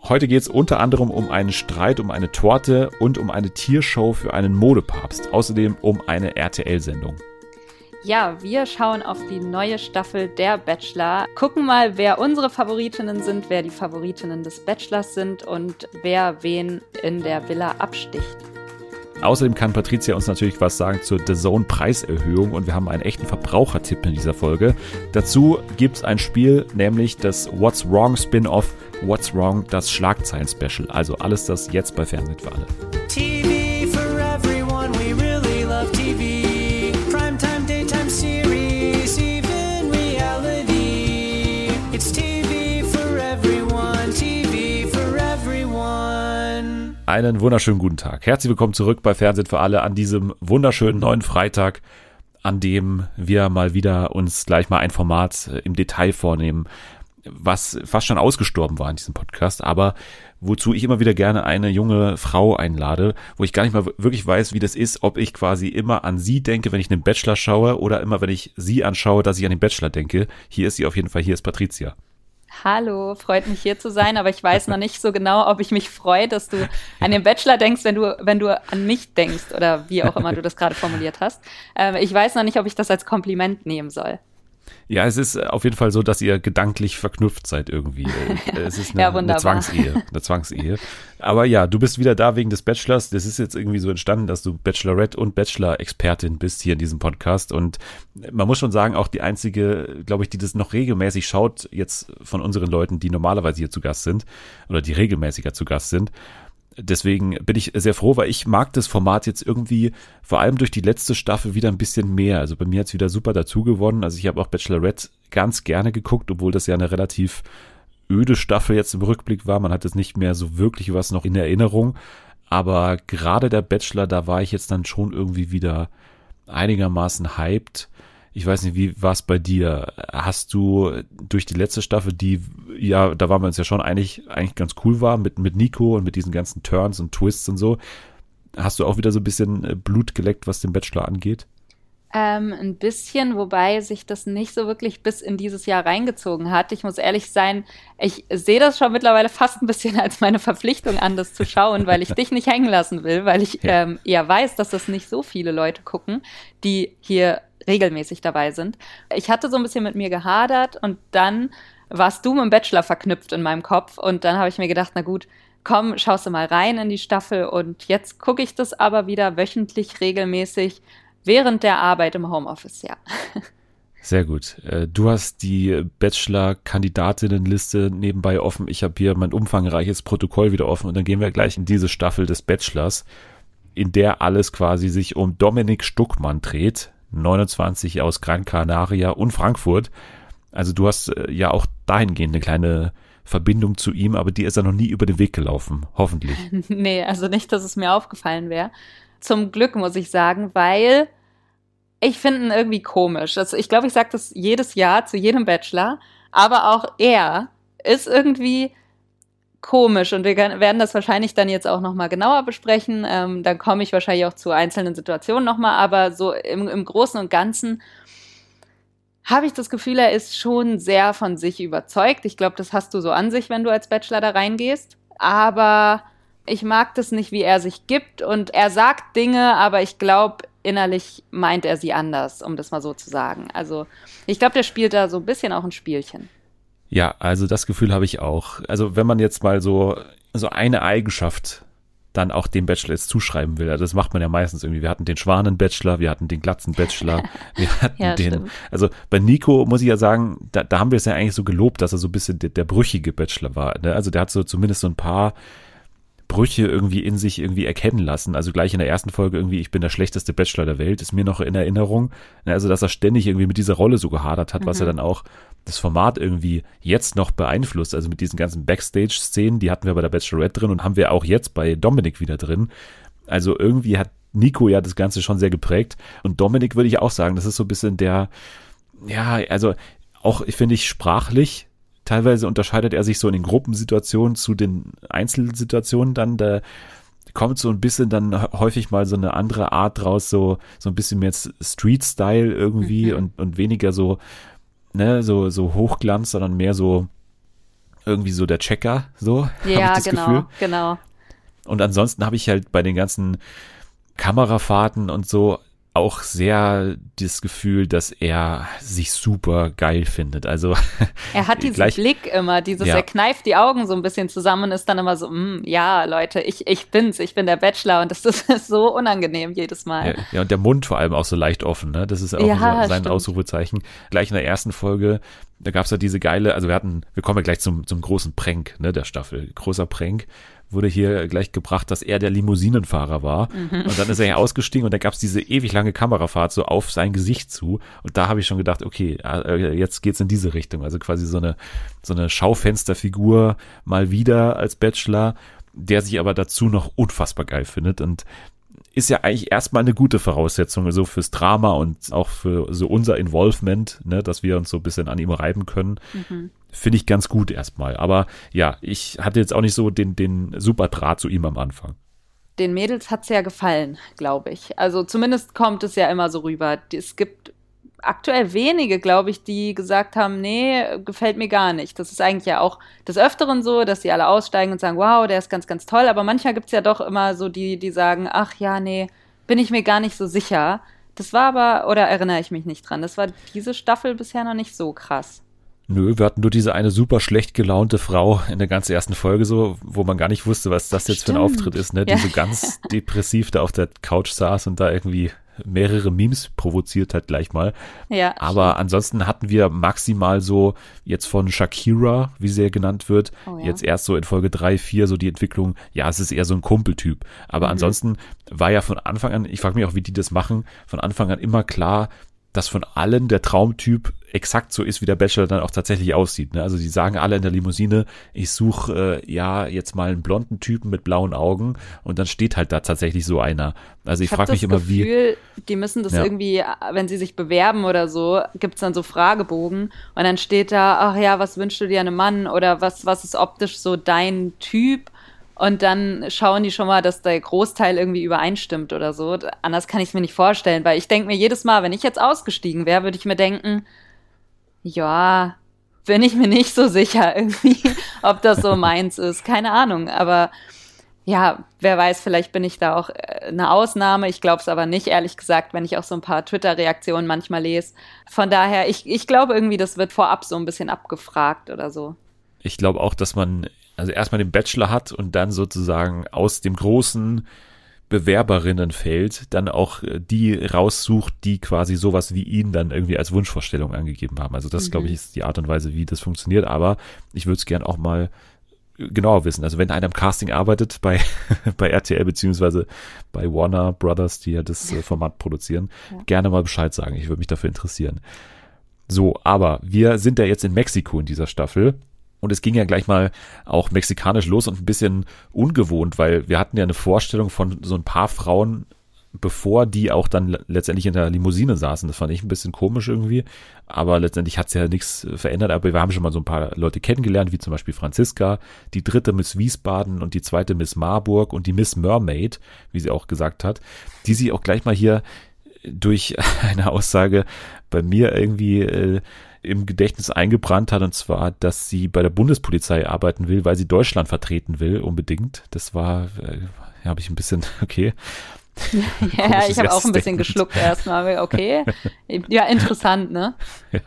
Heute geht es unter anderem um einen Streit, um eine Torte und um eine Tiershow für einen Modepapst. Außerdem um eine RTL-Sendung. Ja, wir schauen auf die neue Staffel der Bachelor, gucken mal, wer unsere Favoritinnen sind, wer die Favoritinnen des Bachelors sind und wer wen in der Villa absticht. Außerdem kann Patricia uns natürlich was sagen zur DAZN-Preiserhöhung und wir haben einen echten Verbrauchertipp in dieser Folge. Dazu gibt es ein Spiel, nämlich das What's Wrong Spin-Off, What's Wrong, das Schlagzeilen-Special. Also alles das jetzt bei Fernsehen für alle. TV for everyone, we really love TV. Primetime, daytime series, even reality. It's TV for everyone, TV for everyone. Einen wunderschönen guten Tag. Herzlich willkommen zurück bei Fernsehen für alle an diesem wunderschönen neuen Freitag, an dem wir mal wieder uns gleich mal ein Format im Detail vornehmen, was fast schon ausgestorben war in diesem Podcast, aber wozu ich immer wieder gerne eine junge Frau einlade, wo ich gar nicht mal wirklich weiß, wie das ist, ob ich quasi immer an sie denke, wenn ich einen Bachelor schaue oder immer, wenn ich sie anschaue, dass ich an den Bachelor denke. Hier ist sie auf jeden Fall, hier ist Patricia. Hallo, freut mich hier zu sein, aber ich weiß noch nicht so genau, ob ich mich freue, dass du an den Bachelor denkst, wenn du an mich denkst oder wie auch immer du das gerade formuliert hast. Ich weiß noch nicht, ob ich das als Kompliment nehmen soll. Ja, es ist auf jeden Fall so, dass ihr gedanklich verknüpft seid irgendwie. Es ist eine Zwangsehe. Aber ja, du bist wieder da wegen des Bachelors. Das ist jetzt irgendwie so entstanden, dass du Bachelorette und Bachelor-Expertin bist hier in diesem Podcast. Und man muss schon sagen, auch die einzige, glaube ich, die das noch regelmäßig schaut, jetzt von unseren Leuten, die normalerweise hier zu Gast sind oder die regelmäßiger zu Gast sind. Deswegen bin ich sehr froh, weil ich mag das Format jetzt irgendwie, vor allem durch die letzte Staffel, wieder ein bisschen mehr. Also bei mir hat es wieder super dazu gewonnen. Also ich habe auch Bachelorette ganz gerne geguckt, obwohl das ja eine relativ öde Staffel jetzt im Rückblick war. Man hat jetzt nicht mehr so wirklich was noch in Erinnerung. Aber gerade der Bachelor, da war ich jetzt dann schon irgendwie wieder einigermaßen hyped. Ich weiß nicht, wie war es bei dir? Hast du durch die letzte Staffel, die, ja, da waren wir uns ja schon eigentlich ganz cool war, mit Nico und mit diesen ganzen Turns und Twists und so, hast du auch wieder so ein bisschen Blut geleckt, was den Bachelor angeht? Ein bisschen, wobei sich das nicht so wirklich bis in dieses Jahr reingezogen hat. Ich muss ehrlich sein, ich sehe das schon mittlerweile fast ein bisschen als meine Verpflichtung an, das zu schauen, weil ich dich nicht hängen lassen will, weil ich ja weiß, dass das nicht so viele Leute gucken, die hier regelmäßig dabei sind. Ich hatte so ein bisschen mit mir gehadert und dann warst du mit dem Bachelor verknüpft in meinem Kopf und dann habe ich mir gedacht, na gut, komm, schaust du mal rein in die Staffel und jetzt gucke ich das aber wieder wöchentlich regelmäßig während der Arbeit im Homeoffice, ja. Sehr gut. Du hast die Bachelor-Kandidatinnenliste nebenbei offen. Ich habe hier mein umfangreiches Protokoll wieder offen und dann gehen wir gleich in diese Staffel des Bachelors, in der alles quasi sich um Dominik Stuckmann dreht, 29 aus Gran Canaria und Frankfurt. Also du hast ja auch dahingehend eine kleine Verbindung zu ihm, aber die ist ja noch nie über den Weg gelaufen, hoffentlich. Nee, also nicht, dass es mir aufgefallen wäre. Zum Glück, muss ich sagen, weil ich finde ihn irgendwie komisch. Also ich glaube, ich sage das jedes Jahr zu jedem Bachelor, aber auch er ist irgendwie komisch und wir werden das wahrscheinlich dann jetzt auch nochmal genauer besprechen. Dann komme ich wahrscheinlich auch zu einzelnen Situationen nochmal, aber so im Großen und Ganzen habe ich das Gefühl, er ist schon sehr von sich überzeugt. Ich glaube, das hast du so an sich, wenn du als Bachelor da reingehst. Aber ich mag das nicht, wie er sich gibt und er sagt Dinge, aber ich glaube, innerlich meint er sie anders, um das mal so zu sagen. Also ich glaube, der spielt da so ein bisschen auch ein Spielchen. Ja, also das Gefühl habe ich auch. Also wenn man jetzt mal so eine Eigenschaft dann auch dem Bachelor jetzt zuschreiben will, also das macht man ja meistens irgendwie. Wir hatten den Schwanen-Bachelor, wir hatten den Glatzen-Bachelor, wir hatten ja, den, stimmt. also bei Nico muss ich ja sagen, da haben wir es ja eigentlich so gelobt, dass er so ein bisschen der brüchige Bachelor war. Ne? Also der hat so zumindest so ein paar Brüche irgendwie in sich irgendwie erkennen lassen. Also gleich in der ersten Folge irgendwie, ich bin der schlechteste Bachelor der Welt, ist mir noch in Erinnerung. Also dass er ständig irgendwie mit dieser Rolle so gehadert hat, was ja dann auch das Format irgendwie jetzt noch beeinflusst. Also mit diesen ganzen Backstage-Szenen, die hatten wir bei der Bachelorette drin und haben wir auch jetzt bei Dominik wieder drin. Also irgendwie hat Nico ja das Ganze schon sehr geprägt. Und Dominik würde ich auch sagen, das ist so ein bisschen der, ja, also auch, finde ich, sprachlich teilweise unterscheidet er sich so in den Gruppensituationen zu den Einzelsituationen dann, da kommt so ein bisschen dann häufig mal so eine andere Art raus, so ein bisschen mehr Street-Style irgendwie und weniger so, ne, so Hochglanz, sondern mehr so irgendwie so der Checker, so habe ich das Gefühl. Genau. Und ansonsten habe ich halt bei den ganzen Kamerafahrten und so auch sehr das Gefühl, dass er sich super geil findet. Also er hat diesen Blick immer, er kneift die Augen so ein bisschen zusammen und ist dann immer so, ja, Leute, ich bin der Bachelor und das ist so unangenehm jedes Mal. Ja, und der Mund vor allem auch so leicht offen, ne? Das ist auch sein stimmt. Ausrufezeichen. Gleich in der ersten Folge, da gab es ja diese geile, also wir kommen ja gleich zum großen Prank, ne, der Staffel. Großer Prank. Wurde hier gleich gebracht, dass er der Limousinenfahrer war. Und dann ist er ja ausgestiegen und da gab es diese ewig lange Kamerafahrt so auf sein Gesicht zu. Und da habe ich schon gedacht, okay, jetzt geht's in diese Richtung. Also quasi so eine Schaufensterfigur mal wieder als Bachelor, der sich aber dazu noch unfassbar geil findet und ist ja eigentlich erstmal eine gute Voraussetzung so fürs Drama und auch für so unser Involvement, ne, dass wir uns so ein bisschen an ihm reiben können. Finde ich ganz gut erstmal. Aber ja, ich hatte jetzt auch nicht so den super Draht zu ihm am Anfang. Den Mädels hat's ja gefallen, glaube ich. Also zumindest kommt es ja immer so rüber. Es gibt aktuell wenige, glaube ich, die gesagt haben, nee, gefällt mir gar nicht. Das ist eigentlich ja auch des Öfteren so, dass sie alle aussteigen und sagen, wow, der ist ganz, ganz toll. Aber manchmal gibt's ja doch immer so die sagen, ach ja, nee, bin ich mir gar nicht so sicher. Das war aber, oder erinnere ich mich nicht dran, das war diese Staffel bisher noch nicht so krass. Nö, wir hatten nur diese eine super schlecht gelaunte Frau in der ganzen ersten Folge so, wo man gar nicht wusste, was das jetzt für ein Auftritt ist, ne? Die so ganz depressiv da auf der Couch saß und da irgendwie mehrere Memes provoziert hat gleich mal. Ja. Aber ansonsten hatten wir maximal so jetzt von Shakira, wie sie ja genannt wird, jetzt erst so in Folge 3, 4 so die Entwicklung, ja, es ist eher so ein Kumpeltyp. Aber ansonsten war ja von Anfang an, ich frage mich auch, wie die das machen, von Anfang an immer klar, dass von allen der Traumtyp exakt so ist, wie der Bachelor dann auch tatsächlich aussieht. Ne? Also die sagen alle in der Limousine, ich suche jetzt mal einen blonden Typen mit blauen Augen und dann steht halt da tatsächlich so einer. Also ich frage mich immer, Gefühl, die müssen das irgendwie, wenn sie sich bewerben oder so, gibt's dann so Fragebogen und dann steht da, ach ja, was wünschst du dir an einem Mann oder was ist optisch so dein Typ? Und dann schauen die schon mal, dass der Großteil irgendwie übereinstimmt oder so. Anders kann ich es mir nicht vorstellen, weil ich denke mir jedes Mal, wenn ich jetzt ausgestiegen wäre, würde ich mir denken, ja, bin ich mir nicht so sicher irgendwie, ob das so meins ist. Keine Ahnung, aber ja, wer weiß, vielleicht bin ich da auch eine Ausnahme. Ich glaube es aber nicht, ehrlich gesagt, wenn ich auch so ein paar Twitter-Reaktionen manchmal lese. Von daher, ich glaube irgendwie, das wird vorab so ein bisschen abgefragt oder so. Ich glaube auch, dass man also erstmal den Bachelor hat und dann sozusagen aus dem großen Bewerberinnenfeld dann auch die raussucht, die quasi sowas wie ihn dann irgendwie als Wunschvorstellung angegeben haben. Also das, glaube ich, ist die Art und Weise, wie das funktioniert. Aber ich würde es gern auch mal genauer wissen. Also wenn einer im Casting arbeitet bei RTL beziehungsweise bei Warner Brothers, die ja das Format produzieren, gerne mal Bescheid sagen. Ich würde mich dafür interessieren. So, aber wir sind ja jetzt in Mexiko in dieser Staffel. Und es ging ja gleich mal auch mexikanisch los und ein bisschen ungewohnt, weil wir hatten ja eine Vorstellung von so ein paar Frauen, bevor die auch dann letztendlich in der Limousine saßen. Das fand ich ein bisschen komisch irgendwie, aber letztendlich hat es ja nichts verändert. Aber wir haben schon mal so ein paar Leute kennengelernt, wie zum Beispiel Franziska, die dritte Miss Wiesbaden und die zweite Miss Marburg und die Miss Mermaid, wie sie auch gesagt hat, die sie auch gleich mal hier durch eine Aussage bei mir irgendwie im Gedächtnis eingebrannt hat, und zwar, dass sie bei der Bundespolizei arbeiten will, weil sie Deutschland vertreten will, unbedingt. Das war, habe ich ein bisschen, okay. Ja, ich habe auch ein bisschen geschluckt erstmal, okay. Ja, interessant, ne? Ja.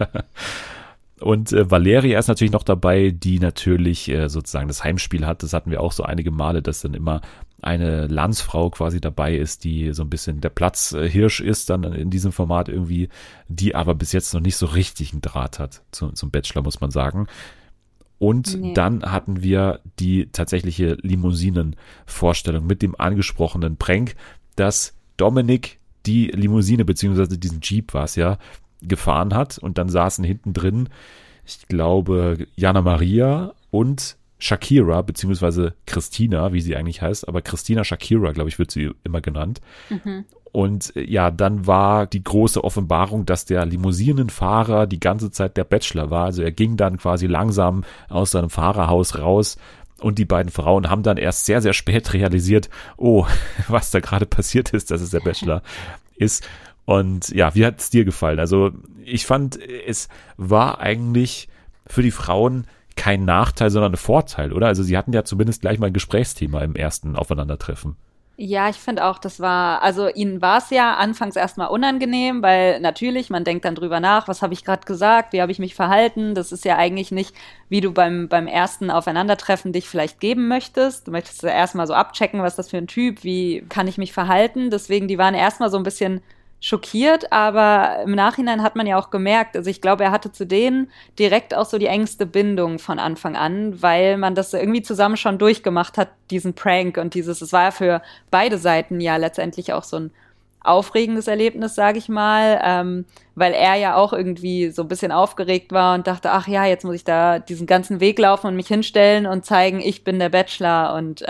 Und Valeria ist natürlich noch dabei, die natürlich sozusagen das Heimspiel hat. Das hatten wir auch so einige Male, dass dann immer eine Landsfrau quasi dabei ist, die so ein bisschen der Platzhirsch ist dann in diesem Format irgendwie, die aber bis jetzt noch nicht so richtig einen Draht hat zum Bachelor, muss man sagen. Und dann hatten wir die tatsächliche Limousinen-Vorstellung mit dem angesprochenen Prank, dass Dominik die Limousine, beziehungsweise diesen Jeep war es ja, gefahren hat und dann saßen hinten drin, ich glaube, Jana Maria und Shakira, beziehungsweise Christina, wie sie eigentlich heißt, aber Christina Shakira, glaube ich, wird sie immer genannt. Und ja, dann war die große Offenbarung, dass der Limousinenfahrer die ganze Zeit der Bachelor war. Also er ging dann quasi langsam aus seinem Fahrerhaus raus und die beiden Frauen haben dann erst sehr, sehr spät realisiert, oh, was da gerade passiert ist, dass es der Bachelor ist. Und ja, wie hat es dir gefallen? Also ich fand, es war eigentlich für die Frauen kein Nachteil, sondern ein Vorteil, oder? Also sie hatten ja zumindest gleich mal ein Gesprächsthema im ersten Aufeinandertreffen. Ja, ich finde auch, also ihnen war es ja anfangs erstmal unangenehm, weil natürlich, man denkt dann drüber nach, was habe ich gerade gesagt, wie habe ich mich verhalten, das ist ja eigentlich nicht, wie du beim ersten Aufeinandertreffen dich vielleicht geben möchtest. Du möchtest ja erstmal so abchecken, was ist das für ein Typ, wie kann ich mich verhalten, deswegen, die waren erstmal so ein bisschen schockiert, aber im Nachhinein hat man ja auch gemerkt, also ich glaube, er hatte zu denen direkt auch so die engste Bindung von Anfang an, weil man das irgendwie zusammen schon durchgemacht hat, diesen Prank und es war ja für beide Seiten ja letztendlich auch so ein aufregendes Erlebnis, sage ich mal, weil er ja auch irgendwie so ein bisschen aufgeregt war und dachte, ach ja, jetzt muss ich da diesen ganzen Weg laufen und mich hinstellen und zeigen, ich bin der Bachelor und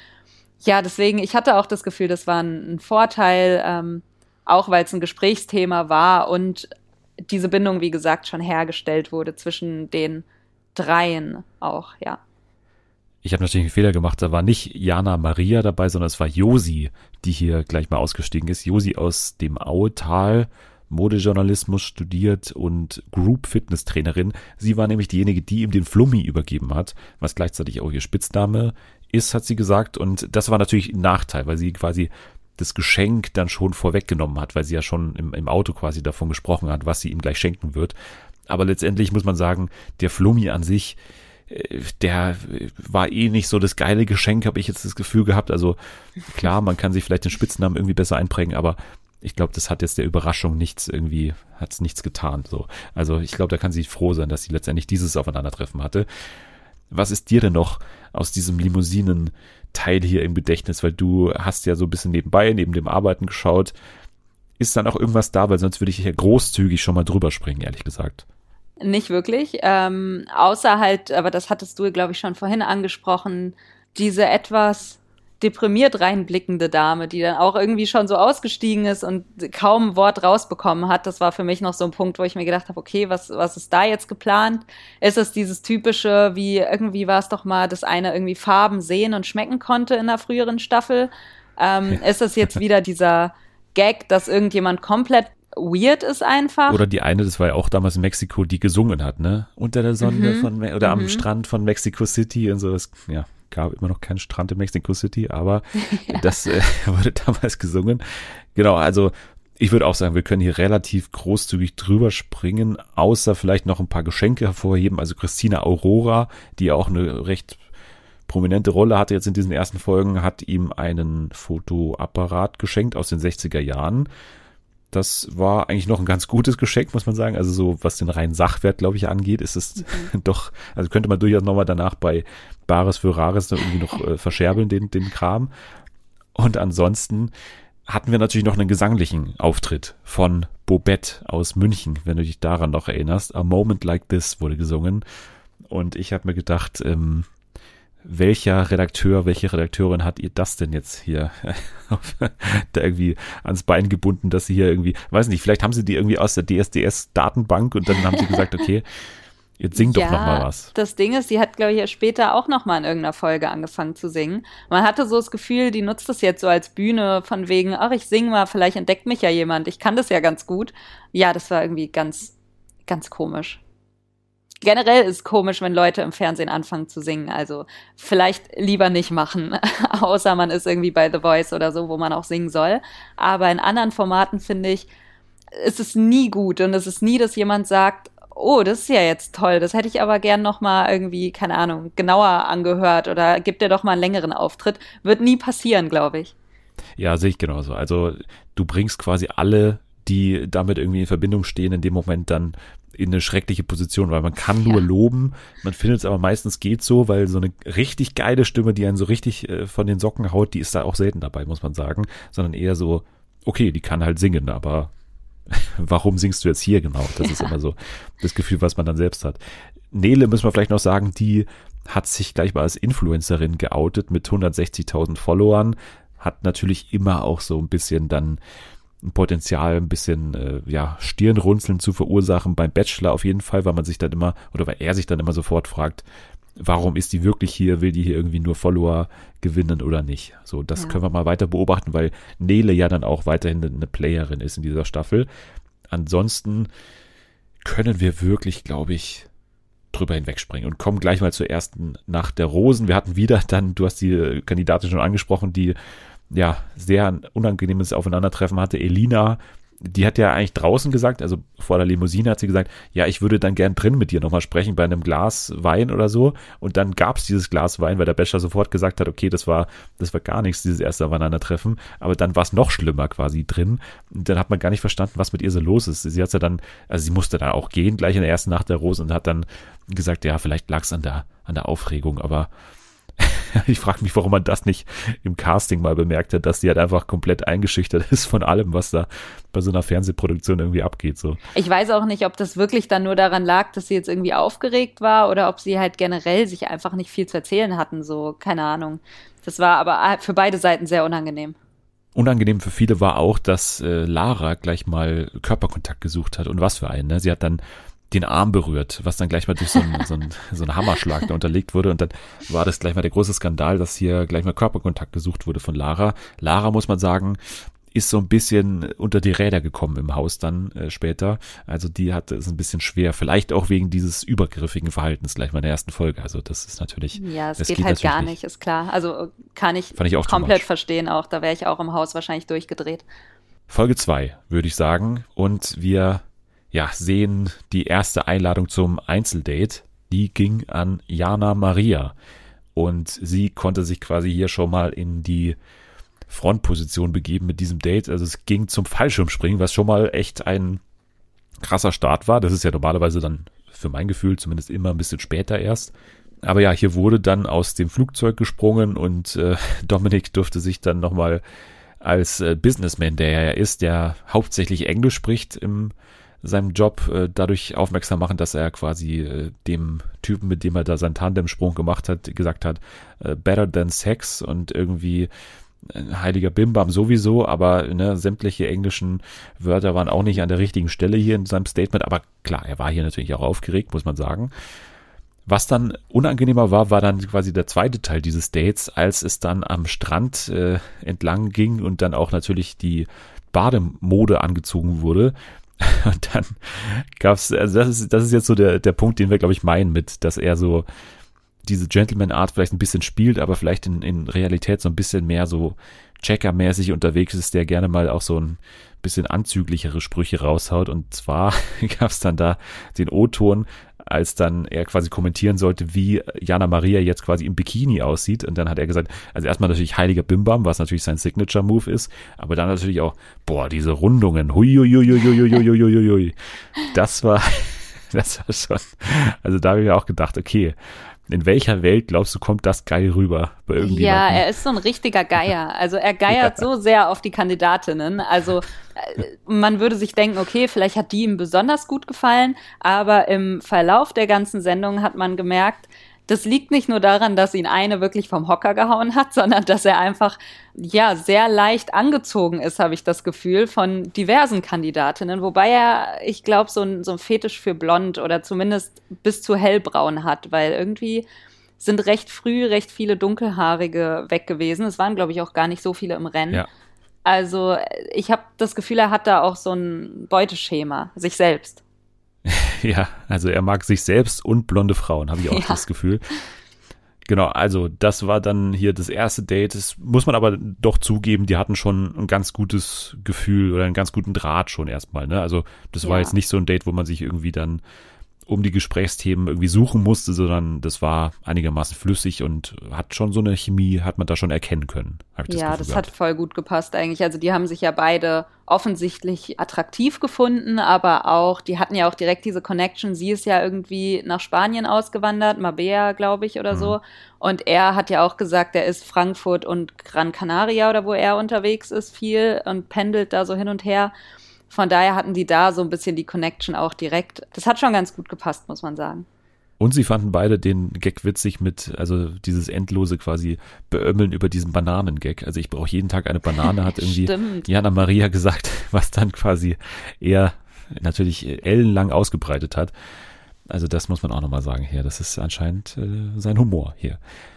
ja, deswegen, ich hatte auch das Gefühl, das war ein Vorteil, auch weil es ein Gesprächsthema war und diese Bindung, wie gesagt, schon hergestellt wurde zwischen den dreien auch, ja. Ich habe natürlich einen Fehler gemacht, da war nicht Jana Maria dabei, sondern es war Josi, die hier gleich mal ausgestiegen ist. Josi aus dem Auetal, Modejournalismus studiert und Group-Fitness-Trainerin. Sie war nämlich diejenige, die ihm den Flummi übergeben hat, was gleichzeitig auch ihr Spitzname ist, hat sie gesagt. Und das war natürlich ein Nachteil, weil sie quasi das Geschenk dann schon vorweggenommen hat, weil sie ja schon im Auto quasi davon gesprochen hat, was sie ihm gleich schenken wird. Aber letztendlich muss man sagen, der Flummi an sich, der war eh nicht so das geile Geschenk, habe ich jetzt das Gefühl gehabt. Also klar, man kann sich vielleicht den Spitznamen irgendwie besser einprägen, aber ich glaube, das hat jetzt der Überraschung nichts getan. So. Also ich glaube, da kann sie froh sein, dass sie letztendlich dieses Aufeinandertreffen hatte. Was ist dir denn noch aus diesem Limousinen-Teil hier im Gedächtnis? Weil du hast ja so ein bisschen neben dem Arbeiten geschaut. Ist dann auch irgendwas da? Weil sonst würde ich hier großzügig schon mal drüber springen, ehrlich gesagt. Nicht wirklich, außer halt, aber das hattest du, glaube ich, schon vorhin angesprochen, diese etwas deprimiert reinblickende Dame, die dann auch irgendwie schon so ausgestiegen ist und kaum ein Wort rausbekommen hat. Das war für mich noch so ein Punkt, wo ich mir gedacht habe, okay, was ist da jetzt geplant? Ist es dieses typische, wie irgendwie war es doch mal, dass einer irgendwie Farben sehen und schmecken konnte in einer früheren Staffel? Ist es jetzt wieder dieser Gag, dass irgendjemand komplett weird ist einfach? Oder die eine, das war ja auch damals in Mexiko, die gesungen hat, ne? Unter der Sonne oder am Strand von Mexico City und so. Ja, gab immer noch keinen Strand in Mexico City, aber das wurde damals gesungen. Genau, also ich würde auch sagen, wir können hier relativ großzügig drüber springen, außer vielleicht noch ein paar Geschenke hervorheben. Also Christina Aurora, die ja auch eine recht prominente Rolle hatte jetzt in diesen ersten Folgen, hat ihm einen Fotoapparat geschenkt aus den 60er Jahren. Das war eigentlich noch ein ganz gutes Geschenk, muss man sagen. Also so, was den reinen Sachwert, glaube ich, angeht, ist es doch, also könnte man durchaus nochmal danach bei Bares für Rares noch irgendwie noch verscherbeln, den Kram. Und ansonsten hatten wir natürlich noch einen gesanglichen Auftritt von Bobette aus München, wenn du dich daran noch erinnerst. A Moment Like This wurde gesungen. Und ich habe mir gedacht, welcher Redakteur, welche Redakteurin hat ihr das denn jetzt hier da irgendwie ans Bein gebunden, dass sie hier irgendwie, weiß nicht, vielleicht haben sie die irgendwie aus der DSDS-Datenbank und dann haben sie gesagt, okay, jetzt sing doch noch mal was. Das Ding ist, die hat, glaube ich, ja später auch noch mal in irgendeiner Folge angefangen zu singen. Man hatte so das Gefühl, die nutzt das jetzt so als Bühne von wegen, ach, ich sing mal, vielleicht entdeckt mich ja jemand, ich kann das ja ganz gut. Ja, das war irgendwie ganz, ganz komisch. Generell ist es komisch, wenn Leute im Fernsehen anfangen zu singen. Also vielleicht lieber nicht machen, außer man ist irgendwie bei The Voice oder so, wo man auch singen soll. Aber in anderen Formaten, finde ich, ist es nie gut. Und es ist nie, dass jemand sagt, oh, das ist ja jetzt toll, das hätte ich aber gern noch mal irgendwie, keine Ahnung, genauer angehört oder gib dir doch mal einen längeren Auftritt. Wird nie passieren, glaube ich. Ja, sehe ich genauso. Also du bringst quasi alle, die damit irgendwie in Verbindung stehen, in dem Moment dann in eine schreckliche Position, weil man kann nur loben, man findet es aber meistens geht so, weil so eine richtig geile Stimme, die einen so richtig von den Socken haut, die ist da auch selten dabei, muss man sagen, sondern eher so, okay, die kann halt singen, aber warum singst du jetzt hier genau? Das ist immer so das Gefühl, was man dann selbst hat. Nele, müssen wir vielleicht noch sagen, die hat sich gleich mal als Influencerin geoutet mit 160.000 Followern, hat natürlich immer auch so ein bisschen dann ein Potenzial, ein bisschen Stirnrunzeln zu verursachen beim Bachelor auf jeden Fall, weil man sich dann immer, oder weil er sich dann immer sofort fragt, warum ist die wirklich hier, will die hier irgendwie nur Follower gewinnen oder nicht? So, das können wir mal weiter beobachten, weil Nele ja dann auch weiterhin eine Playerin ist in dieser Staffel. Ansonsten können wir wirklich, glaube ich, drüber hinwegspringen und kommen gleich mal zur ersten Nacht der Rosen. Wir hatten wieder dann, du hast die Kandidatin schon angesprochen, die ja sehr ein unangenehmes Aufeinandertreffen hatte. Elina, die hat ja eigentlich draußen gesagt, also vor der Limousine hat sie gesagt, ja, ich würde dann gern drin mit dir nochmal sprechen bei einem Glas Wein oder so. Und dann gab es dieses Glas Wein, weil der Bachelor sofort gesagt hat, okay, das war gar nichts, dieses erste Aufeinandertreffen. Aber dann war es noch schlimmer quasi drin. Und dann hat man gar nicht verstanden, was mit ihr so los ist. Sie hat's ja dann, also sie musste dann auch gehen, gleich in der ersten Nacht der Rose und hat dann gesagt, ja, vielleicht lag es an der Aufregung, aber ich frage mich, warum man das nicht im Casting mal bemerkt hat, dass die halt einfach komplett eingeschüchtert ist von allem, was da bei so einer Fernsehproduktion irgendwie abgeht. So. Ich weiß auch nicht, ob das wirklich dann nur daran lag, dass sie jetzt irgendwie aufgeregt war oder ob sie halt generell sich einfach nicht viel zu erzählen hatten, so, keine Ahnung. Das war aber für beide Seiten sehr unangenehm. Unangenehm für viele war auch, dass Lara gleich mal Körperkontakt gesucht hat und was für einen. Ne? Sie hat dann den Arm berührt, was dann gleich mal durch so einen Hammerschlag da unterlegt wurde und dann war das gleich mal der große Skandal, dass hier gleich mal Körperkontakt gesucht wurde von Lara. Lara, muss man sagen, ist so ein bisschen unter die Räder gekommen im Haus dann später. Also die hatte es ein bisschen schwer, vielleicht auch wegen dieses übergriffigen Verhaltens gleich mal in der ersten Folge. Also das ist natürlich... Ja, es geht halt gar nicht, ist klar. Also kann ich auch komplett verstehen auch. Da wäre ich auch im Haus wahrscheinlich durchgedreht. Folge 2, würde ich sagen. Und wir sehen die erste Einladung zum Einzeldate. Die ging an Jana Maria. Und sie konnte sich quasi hier schon mal in die Frontposition begeben mit diesem Date. Also es ging zum Fallschirmspringen, was schon mal echt ein krasser Start war. Das ist ja normalerweise dann für mein Gefühl zumindest immer ein bisschen später erst. Aber ja, hier wurde dann aus dem Flugzeug gesprungen und Dominik durfte sich dann nochmal als Businessman, der er ist, der hauptsächlich Englisch spricht in seinem Job, dadurch aufmerksam machen, dass er quasi dem Typen, mit dem er da seinen Tandemsprung gemacht hat, gesagt hat, better than sex und irgendwie heiliger Bimbam sowieso, aber sämtliche englischen Wörter waren auch nicht an der richtigen Stelle hier in seinem Statement, aber klar, er war hier natürlich auch aufgeregt, muss man sagen. Was dann unangenehmer war dann quasi der zweite Teil dieses Dates, als es dann am Strand entlang ging und dann auch natürlich die Bademode angezogen wurde. Und dann gab's, also das ist jetzt so der Punkt, den wir, glaube ich, meinen mit, dass er so diese Gentleman-Art vielleicht ein bisschen spielt, aber vielleicht in Realität so ein bisschen mehr so Checker-mäßig unterwegs ist, der gerne mal auch so ein bisschen anzüglichere Sprüche raushaut. Und zwar gab's dann da den O-Ton, als dann er quasi kommentieren sollte, wie Jana Maria jetzt quasi im Bikini aussieht. Und dann hat er gesagt, also erstmal natürlich heiliger Bimbam, was natürlich sein Signature-Move ist, aber dann natürlich auch, diese Rundungen, hui. Das war schon, also da habe ich mir auch gedacht, okay, in welcher Welt, glaubst du, kommt das geil rüber bei irgendjemandem? Ja, er ist so ein richtiger Geier. Also er geiert so sehr auf die Kandidatinnen. Also man würde sich denken, okay, vielleicht hat die ihm besonders gut gefallen, aber im Verlauf der ganzen Sendung hat man gemerkt, das liegt nicht nur daran, dass ihn eine wirklich vom Hocker gehauen hat, sondern dass er einfach, sehr leicht angezogen ist, habe ich das Gefühl, von diversen Kandidatinnen. Wobei er, ich glaube, so ein Fetisch für blond oder zumindest bis zu hellbraun hat, weil irgendwie sind recht früh recht viele Dunkelhaarige weg gewesen. Es waren, glaube ich, auch gar nicht so viele im Rennen. Ja. Also ich habe das Gefühl, er hat da auch so ein Beuteschema, sich selbst. Ja, also er mag sich selbst und blonde Frauen, habe ich auch das Gefühl. Genau, also das war dann hier das erste Date. Das muss man aber doch zugeben, die hatten schon ein ganz gutes Gefühl oder einen ganz guten Draht schon erstmal. Ne? Also das war jetzt nicht so ein Date, wo man sich irgendwie dann um die Gesprächsthemen irgendwie suchen musste, sondern das war einigermaßen flüssig und hat schon so eine Chemie, hat man da schon erkennen können. Das hat voll gut gepasst eigentlich. Also die haben sich ja beide offensichtlich attraktiv gefunden, aber auch, die hatten ja auch direkt diese Connection. Sie ist ja irgendwie nach Spanien ausgewandert, Marbella, glaube ich, oder so. Und er hat ja auch gesagt, er ist Frankfurt und Gran Canaria oder wo er unterwegs ist viel und pendelt da so hin und her. Von daher hatten die da so ein bisschen die Connection auch direkt. Das hat schon ganz gut gepasst, muss man sagen. Und sie fanden beide den Gag witzig also dieses endlose quasi Beömmeln über diesen Bananengag. Also ich brauche jeden Tag eine Banane, hat irgendwie Jana Maria gesagt, was dann quasi er natürlich ellenlang ausgebreitet hat. Also das muss man auch nochmal sagen hier. Das ist anscheinend sein Humor hier.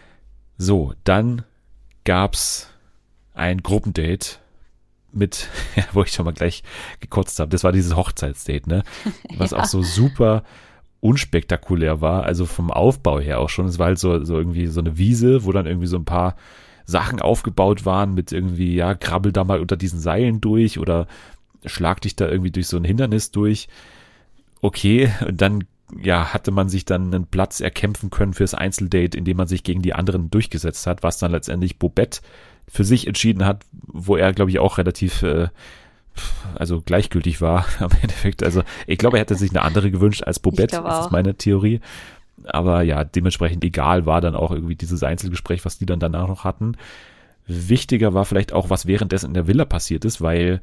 So, dann gab's ein Gruppendate wo ich schon mal gleich gekotzt habe. Das war dieses Hochzeitsdate, ne? Was auch so super unspektakulär war, also vom Aufbau her auch schon. Es war halt so irgendwie so eine Wiese, wo dann irgendwie so ein paar Sachen aufgebaut waren mit irgendwie, ja, krabbel da mal unter diesen Seilen durch oder schlag dich da irgendwie durch so ein Hindernis durch. Okay, und dann, ja, hatte man sich dann einen Platz erkämpfen können fürs Einzeldate, indem man sich gegen die anderen durchgesetzt hat, was dann letztendlich Bobette für sich entschieden hat, wo er, glaube ich, auch relativ also gleichgültig war am Endeffekt. Also ich glaube, er hätte sich eine andere gewünscht als Bobette, das ist meine Theorie. Aber ja, dementsprechend egal war dann auch irgendwie dieses Einzelgespräch, was die dann danach noch hatten. Wichtiger war vielleicht auch, was währenddessen in der Villa passiert ist, weil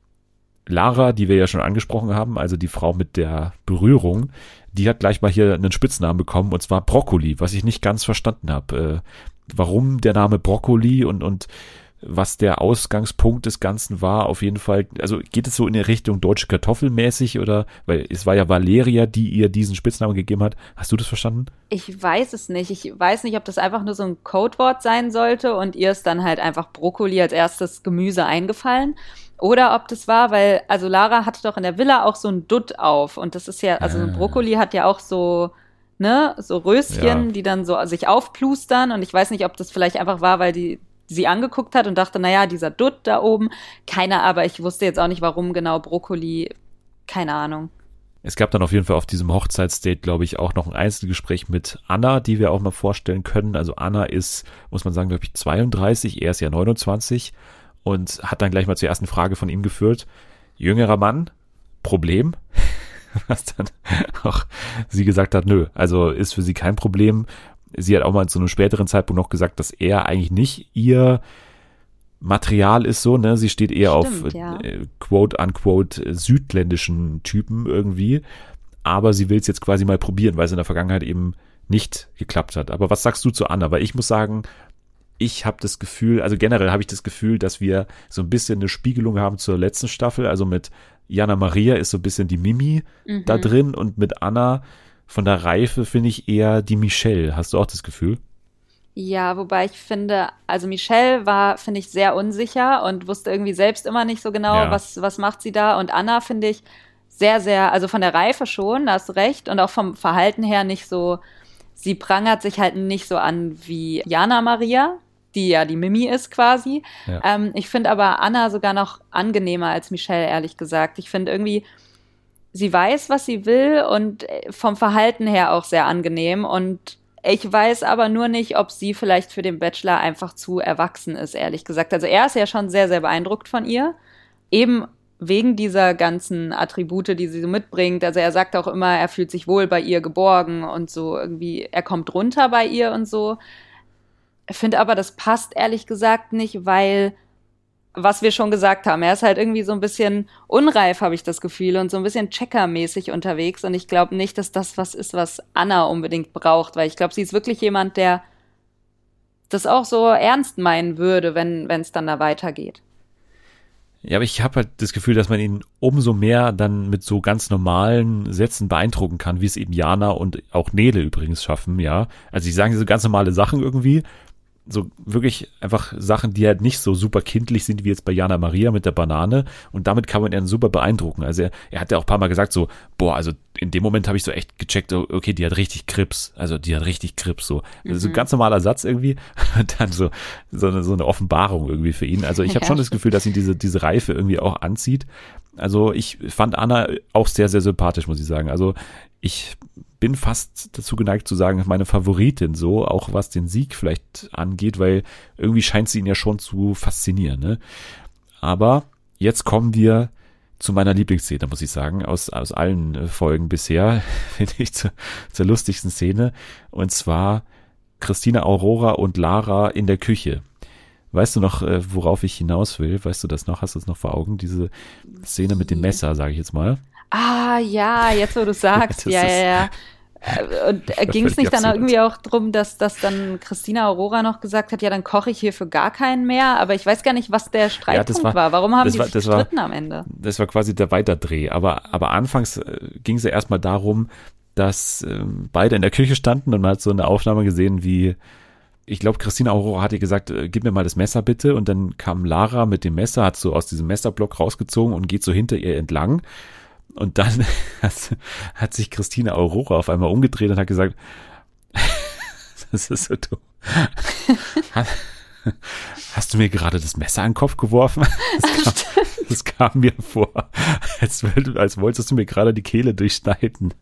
Lara, die wir ja schon angesprochen haben, also die Frau mit der Berührung, die hat gleich mal hier einen Spitznamen bekommen, und zwar Brokkoli, was ich nicht ganz verstanden habe. Warum der Name Brokkoli und was der Ausgangspunkt des Ganzen war, auf jeden Fall, also geht es so in die Richtung deutsche Kartoffel mäßig oder, weil es war ja Valeria, die ihr diesen Spitznamen gegeben hat. Hast du das verstanden? Ich weiß es nicht. Ich weiß nicht, ob das einfach nur so ein Codewort sein sollte und ihr ist dann halt einfach Brokkoli als erstes Gemüse eingefallen. Oder ob das war, weil, also Lara hatte doch in der Villa auch so ein Dutt auf und das ist ja, also ein Brokkoli hat ja auch so, ne, so Röschen, die dann so sich aufplustern und ich weiß nicht, ob das vielleicht einfach war, weil sie angeguckt hat und dachte, naja, dieser Dutt da oben, aber ich wusste jetzt auch nicht, warum genau Brokkoli, keine Ahnung. Es gab dann auf jeden Fall auf diesem Hochzeitsdate, glaube ich, auch noch ein Einzelgespräch mit Anna, die wir auch mal vorstellen können. Also Anna ist, muss man sagen, glaube ich, 32, er ist ja 29 und hat dann gleich mal zur ersten Frage von ihm geführt. Jüngerer Mann, Problem? Was dann auch sie gesagt hat, nö, also ist für sie kein Problem. Sie hat auch mal zu einem späteren Zeitpunkt noch gesagt, dass er eigentlich nicht ihr Material ist so, ne? Sie steht eher auf quote-unquote südländischen Typen irgendwie, aber sie will es jetzt quasi mal probieren, weil es in der Vergangenheit eben nicht geklappt hat. Aber was sagst du zu Anna? Weil ich muss sagen, ich habe das Gefühl, also generell habe ich das Gefühl, dass wir so ein bisschen eine Spiegelung haben zur letzten Staffel, also mit Jana Maria ist so ein bisschen die Mimi da drin und mit Anna von der Reife finde ich eher die Michelle. Hast du auch das Gefühl? Ja, wobei ich finde, also Michelle war, finde ich, sehr unsicher und wusste irgendwie selbst immer nicht so genau, was macht sie da. Und Anna finde ich sehr, sehr, also von der Reife schon, da hast du recht. Und auch vom Verhalten her nicht so, sie prangert sich halt nicht so an wie Jana Maria, die ja die Mimi ist quasi. Ja. Ich finde aber Anna sogar noch angenehmer als Michelle, ehrlich gesagt. Ich finde irgendwie, sie weiß, was sie will und vom Verhalten her auch sehr angenehm. Und ich weiß aber nur nicht, ob sie vielleicht für den Bachelor einfach zu erwachsen ist, ehrlich gesagt. Also er ist ja schon sehr, sehr beeindruckt von ihr. Eben wegen dieser ganzen Attribute, die sie so mitbringt. Also er sagt auch immer, er fühlt sich wohl bei ihr geborgen und so irgendwie, er kommt runter bei ihr und so. Ich finde aber, das passt ehrlich gesagt nicht, weil, was wir schon gesagt haben, er ist halt irgendwie so ein bisschen unreif, habe ich das Gefühl, und so ein bisschen Checker-mäßig unterwegs. Und ich glaube nicht, dass das was ist, was Anna unbedingt braucht, weil ich glaube, sie ist wirklich jemand, der das auch so ernst meinen würde, wenn es dann da weitergeht. Ja, aber ich habe halt das Gefühl, dass man ihn umso mehr dann mit so ganz normalen Sätzen beeindrucken kann, wie es eben Jana und auch Nele übrigens schaffen, ja. Also sie sagen so ganz normale Sachen irgendwie, so wirklich einfach Sachen, die halt nicht so super kindlich sind, wie jetzt bei Jana Maria mit der Banane, und damit kann man ihn super beeindrucken. Also er hat ja auch ein paar Mal gesagt so, boah, also in dem Moment habe ich so echt gecheckt, okay, die hat richtig Krebs, so. Also so ein ganz normaler Satz irgendwie und dann so eine Offenbarung irgendwie für ihn. Also ich habe schon das Gefühl, dass ihn diese Reife irgendwie auch anzieht. Also ich fand Anna auch sehr, sehr sympathisch, muss ich sagen. Also ich bin fast dazu geneigt zu sagen, meine Favoritin so, auch was den Sieg vielleicht angeht, weil irgendwie scheint sie ihn ja schon zu faszinieren, ne? Aber jetzt kommen wir zu meiner Lieblingsszene, muss ich sagen, aus allen Folgen bisher, finde ich, zur lustigsten Szene, und zwar Christina Aurora und Lara in der Küche. Weißt du noch, worauf ich hinaus will? Weißt du das noch? Hast du es noch vor Augen? Diese Szene mit dem Messer, sage ich jetzt mal. Ah, ja, jetzt wo du sagst, ja. Und ging es nicht dann irgendwie auch drum, dass dann Christina Aurora noch gesagt hat, ja, dann koche ich hier für gar keinen mehr, aber ich weiß gar nicht, was der Streitpunkt war. Warum haben die sich gestritten am Ende? Das war quasi der Weiterdreh, aber anfangs ging es ja erstmal darum, dass beide in der Küche standen und man hat so eine Aufnahme gesehen, wie, ich glaube, Christina Aurora hat ihr gesagt, gib mir mal das Messer bitte, und dann kam Lara mit dem Messer, hat so aus diesem Messerblock rausgezogen und geht so hinter ihr entlang. Und dann hat sich Christina Aurora auf einmal umgedreht und hat gesagt, das ist so dumm. Hast du mir gerade das Messer an den Kopf geworfen? Das kam mir vor, als wolltest du mir gerade die Kehle durchschneiden.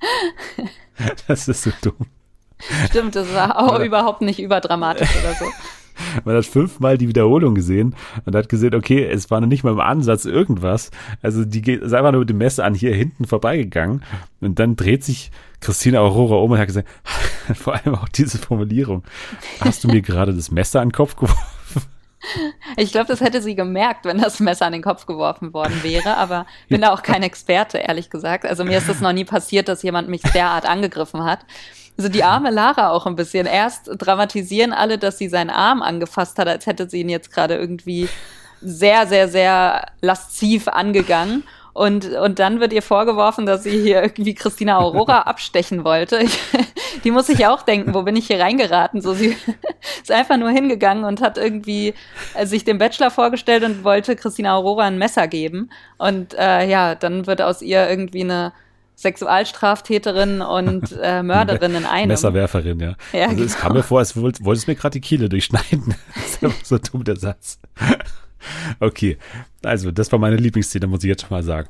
Das ist so dumm. Stimmt, das war auch überhaupt nicht überdramatisch oder so. Man hat 5-mal die Wiederholung gesehen und hat gesehen, okay, es war noch nicht mal im Ansatz irgendwas. Also die ist einfach nur mit dem Messer an hier hinten vorbeigegangen und dann dreht sich Christina Aurora um und hat gesagt, vor allem auch diese Formulierung, hast du mir gerade das Messer an den Kopf geworfen? Ich glaube, das hätte sie gemerkt, wenn das Messer an den Kopf geworfen worden wäre, aber bin da auch kein Experte, ehrlich gesagt. Also mir ist das noch nie passiert, dass jemand mich derart angegriffen hat. Also die arme Lara auch ein bisschen. Erst dramatisieren alle, dass sie seinen Arm angefasst hat, als hätte sie ihn jetzt gerade irgendwie sehr, sehr, sehr lasziv angegangen. Und dann wird ihr vorgeworfen, dass sie hier irgendwie Christina Aurora abstechen wollte. Die muss sich auch denken, wo bin ich hier reingeraten? So, sie ist einfach nur hingegangen und hat irgendwie sich den Bachelor vorgestellt und wollte Christina Aurora ein Messer geben. Und dann wird aus ihr irgendwie eine Sexualstraftäterin und Mörderin in einem. Messerwerferin, ja. Also es kam mir vor, als wolltest du mir gerade die Kehle durchschneiden. Das ist einfach so dumm, der Satz. Okay, also das war meine Lieblingsszene, muss ich jetzt schon mal sagen.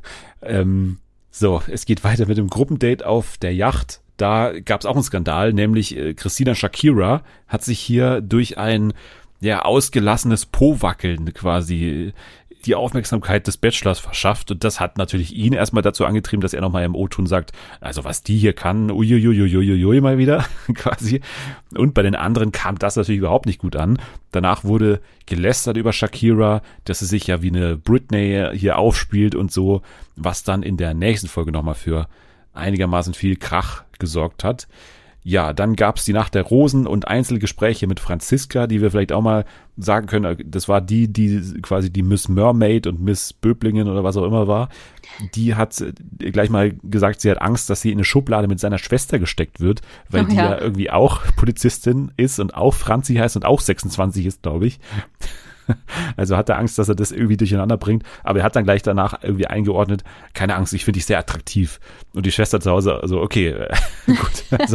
So, es geht weiter mit dem Gruppendate auf der Yacht. Da gab es auch einen Skandal, nämlich Christina Shakira hat sich hier durch ein ausgelassenes Po-Wackeln quasi die Aufmerksamkeit des Bachelors verschafft und das hat natürlich ihn erstmal dazu angetrieben, dass er nochmal im O-Ton sagt, also was die hier kann, uiuiuiuiui mal wieder quasi. Und bei den anderen kam das natürlich überhaupt nicht gut an. Danach wurde gelästert über Shakira, dass sie sich ja wie eine Britney hier aufspielt und so, was dann in der nächsten Folge nochmal für einigermaßen viel Krach gesorgt hat. Ja, dann gab's die Nacht der Rosen und Einzelgespräche mit Franziska, die wir vielleicht auch mal sagen können, das war die quasi die Miss Mermaid und Miss Böblingen oder was auch immer war. Die hat gleich mal gesagt, sie hat Angst, dass sie in eine Schublade mit seiner Schwester gesteckt wird, weil die ja irgendwie auch Polizistin ist und auch Franzi heißt und auch 26 ist, glaube ich. Also hat er Angst, dass er das irgendwie durcheinander bringt. Aber er hat dann gleich danach irgendwie eingeordnet, keine Angst, ich finde dich sehr attraktiv. Und die Schwester zu Hause, also okay, gut. Also,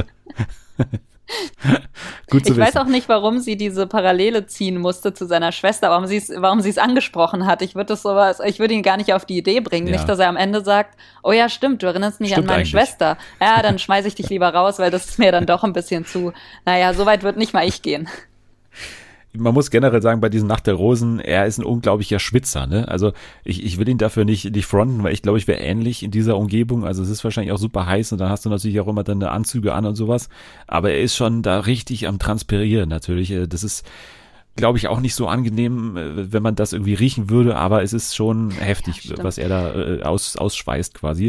gut zu wissen. Ich weiß auch nicht, warum sie diese Parallele ziehen musste zu seiner Schwester, warum sie es angesprochen hat. Ich würde ihn gar nicht auf die Idee bringen. Nicht, dass er am Ende sagt, oh ja, stimmt, du erinnerst mich an meine Schwester. Ja, dann schmeiße ich dich lieber raus, weil das ist mir dann doch ein bisschen zu, so weit wird nicht mal ich gehen. Man muss generell sagen, bei diesen Nacht der Rosen, er ist ein unglaublicher Schwitzer, ne? Also ich will ihn dafür nicht fronten, weil ich glaube, ich wäre ähnlich in dieser Umgebung. Also es ist wahrscheinlich auch super heiß und dann hast du natürlich auch immer deine Anzüge an und sowas. Aber er ist schon da richtig am Transpirieren natürlich. Das ist, glaube ich, auch nicht so angenehm, wenn man das irgendwie riechen würde, aber es ist schon heftig, was er da ausschweißt quasi.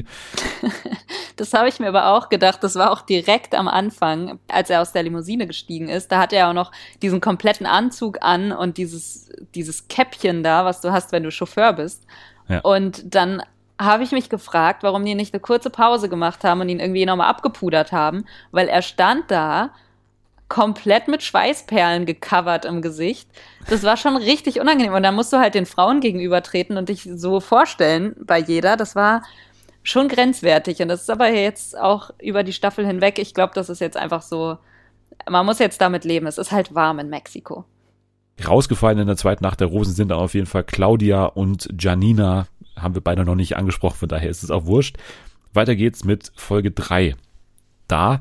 Das habe ich mir aber auch gedacht, das war auch direkt am Anfang, als er aus der Limousine gestiegen ist, da hat er auch noch diesen kompletten Anzug an und dieses Käppchen da, was du hast, wenn du Chauffeur bist. Ja. Und dann habe ich mich gefragt, warum die nicht eine kurze Pause gemacht haben und ihn irgendwie nochmal abgepudert haben, weil er stand da komplett mit Schweißperlen gecovert im Gesicht. Das war schon richtig unangenehm. Und dann musst du halt den Frauen gegenübertreten und dich so vorstellen bei jeder. Das war schon grenzwertig. Und das ist aber jetzt auch über die Staffel hinweg. Ich glaube, das ist jetzt einfach so, man muss jetzt damit leben. Es ist halt warm in Mexiko. Rausgefallen in der zweiten Nacht der Rosen sind dann auf jeden Fall Claudia und Janina. Haben wir beide noch nicht angesprochen, von daher ist es auch wurscht. Weiter geht's mit Folge 3. Da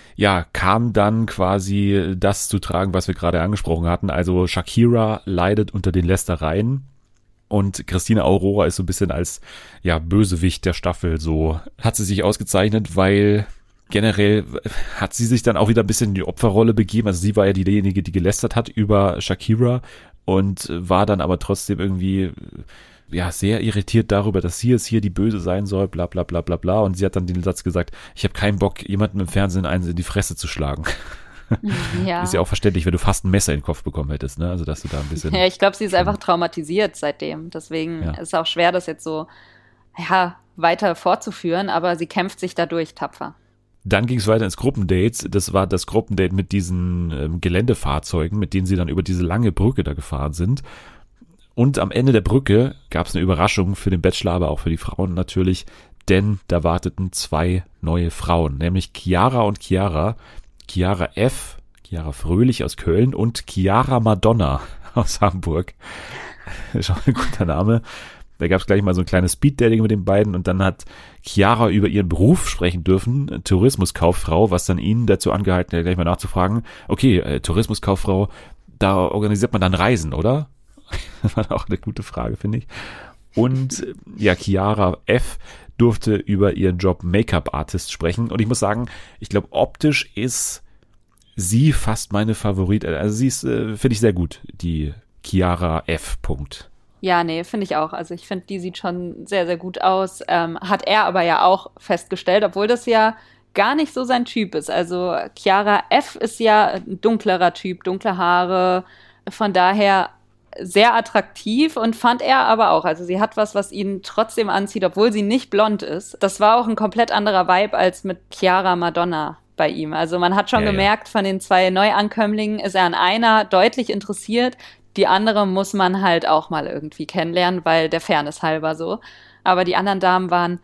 kam dann quasi das zu tragen, was wir gerade angesprochen hatten. Also Shakira leidet unter den Lästereien und Christina Aurora ist so ein bisschen als Bösewicht der Staffel. So hat sie sich ausgezeichnet, weil generell hat sie sich dann auch wieder ein bisschen in die Opferrolle begeben. Also sie war ja diejenige, die gelästert hat über Shakira und war dann aber trotzdem irgendwie sehr irritiert darüber, dass sie jetzt hier die Böse sein soll, bla bla bla bla bla. Und sie hat dann den Satz gesagt, ich habe keinen Bock, jemanden im Fernsehen einen in die Fresse zu schlagen. Ja. Ist ja auch verständlich, wenn du fast ein Messer in den Kopf bekommen hättest, ne? Also dass du da ein bisschen... Ja, ich glaube, sie ist einfach traumatisiert seitdem. Deswegen ist es auch schwer, das jetzt so weiter fortzuführen, aber sie kämpft sich dadurch tapfer. Dann ging es weiter ins Gruppendates. Das war das Gruppendate mit diesen Geländefahrzeugen, mit denen sie dann über diese lange Brücke da gefahren sind. Und am Ende der Brücke gab es eine Überraschung für den Bachelor, aber auch für die Frauen natürlich. denn da warteten 2 neue Frauen, nämlich Chiara und Chiara. Chiara F., Chiara Fröhlich aus Köln und Chiara Madonna aus Hamburg. Schon ein guter Name. Da gab es gleich mal so ein kleines Speed-Dating mit den beiden und dann hat Chiara über ihren Beruf sprechen dürfen, Tourismuskauffrau, was dann ihn dazu angehalten hat, gleich mal nachzufragen, okay, Tourismuskauffrau, da organisiert man dann Reisen, oder? Das war auch eine gute Frage, finde ich. Und ja, Chiara F. durfte über ihren Job Make-up-Artist sprechen und ich muss sagen, ich glaube, optisch ist sie fast meine Favorit, also sie ist, finde ich, sehr gut, die Chiara F. Punkt. Ja, nee, finde ich auch. Also ich finde, die sieht schon sehr, sehr gut aus. Hat er aber ja auch festgestellt, obwohl das ja gar nicht so sein Typ ist. Also Chiara F. ist ja ein dunklerer Typ, dunkle Haare, von daher sehr attraktiv und fand er aber auch. Also sie hat was ihn trotzdem anzieht, obwohl sie nicht blond ist. Das war auch ein komplett anderer Vibe als mit Chiara Madonna bei ihm. Also man hat schon gemerkt, von den 2 Neuankömmlingen ist er an einer deutlich interessiert. Die andere muss man halt auch mal irgendwie kennenlernen, weil der Fairness halber so. Aber die anderen Damen waren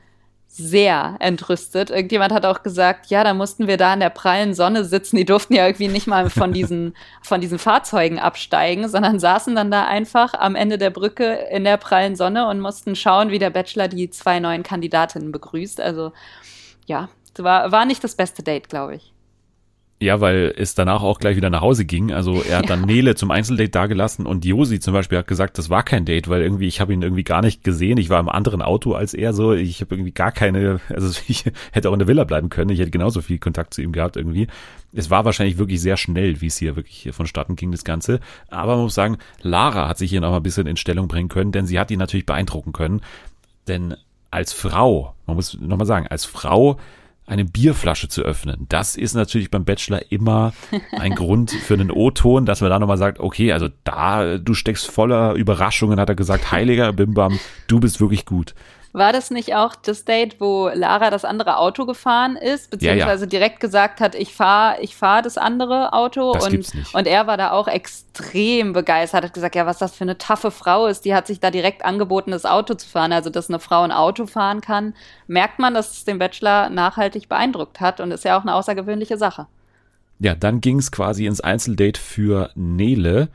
sehr entrüstet. Irgendjemand hat auch gesagt, ja, da mussten wir da in der prallen Sonne sitzen. Die durften ja irgendwie nicht mal von diesen Fahrzeugen absteigen, sondern saßen dann da einfach am Ende der Brücke in der prallen Sonne und mussten schauen, wie der Bachelor die 2 neuen Kandidatinnen begrüßt. Also ja, war nicht das beste Date, glaube ich. Ja, weil es danach auch gleich wieder nach Hause ging. Also er hat dann Nele zum Einzeldate dagelassen und Josi zum Beispiel hat gesagt, das war kein Date, weil irgendwie ich habe ihn irgendwie gar nicht gesehen. Ich war im anderen Auto als er so. Ich habe irgendwie gar keine, also ich hätte auch in der Villa bleiben können. Ich hätte genauso viel Kontakt zu ihm gehabt irgendwie. Es war wahrscheinlich wirklich sehr schnell, wie es hier wirklich vonstatten ging, das Ganze. Aber man muss sagen, Lara hat sich hier noch mal ein bisschen in Stellung bringen können, denn sie hat ihn natürlich beeindrucken können. Denn als Frau, man muss noch mal sagen, als Frau eine Bierflasche zu öffnen. Das ist natürlich beim Bachelor immer ein Grund für einen O-Ton, dass man da nochmal sagt, okay, also du steckst voller Überraschungen, hat er gesagt, heiliger Bimbam, du bist wirklich gut. War das nicht auch das Date, wo Lara das andere Auto gefahren ist, beziehungsweise direkt gesagt hat, ich fahr das andere Auto? Das gibt's nicht. Und er war da auch extrem begeistert, hat gesagt, ja, was das für eine taffe Frau ist, die hat sich da direkt angeboten, das Auto zu fahren, also dass eine Frau ein Auto fahren kann, merkt man, dass es den Bachelor nachhaltig beeindruckt hat und ist ja auch eine außergewöhnliche Sache. Ja, dann ging es quasi ins Einzeldate für Nele,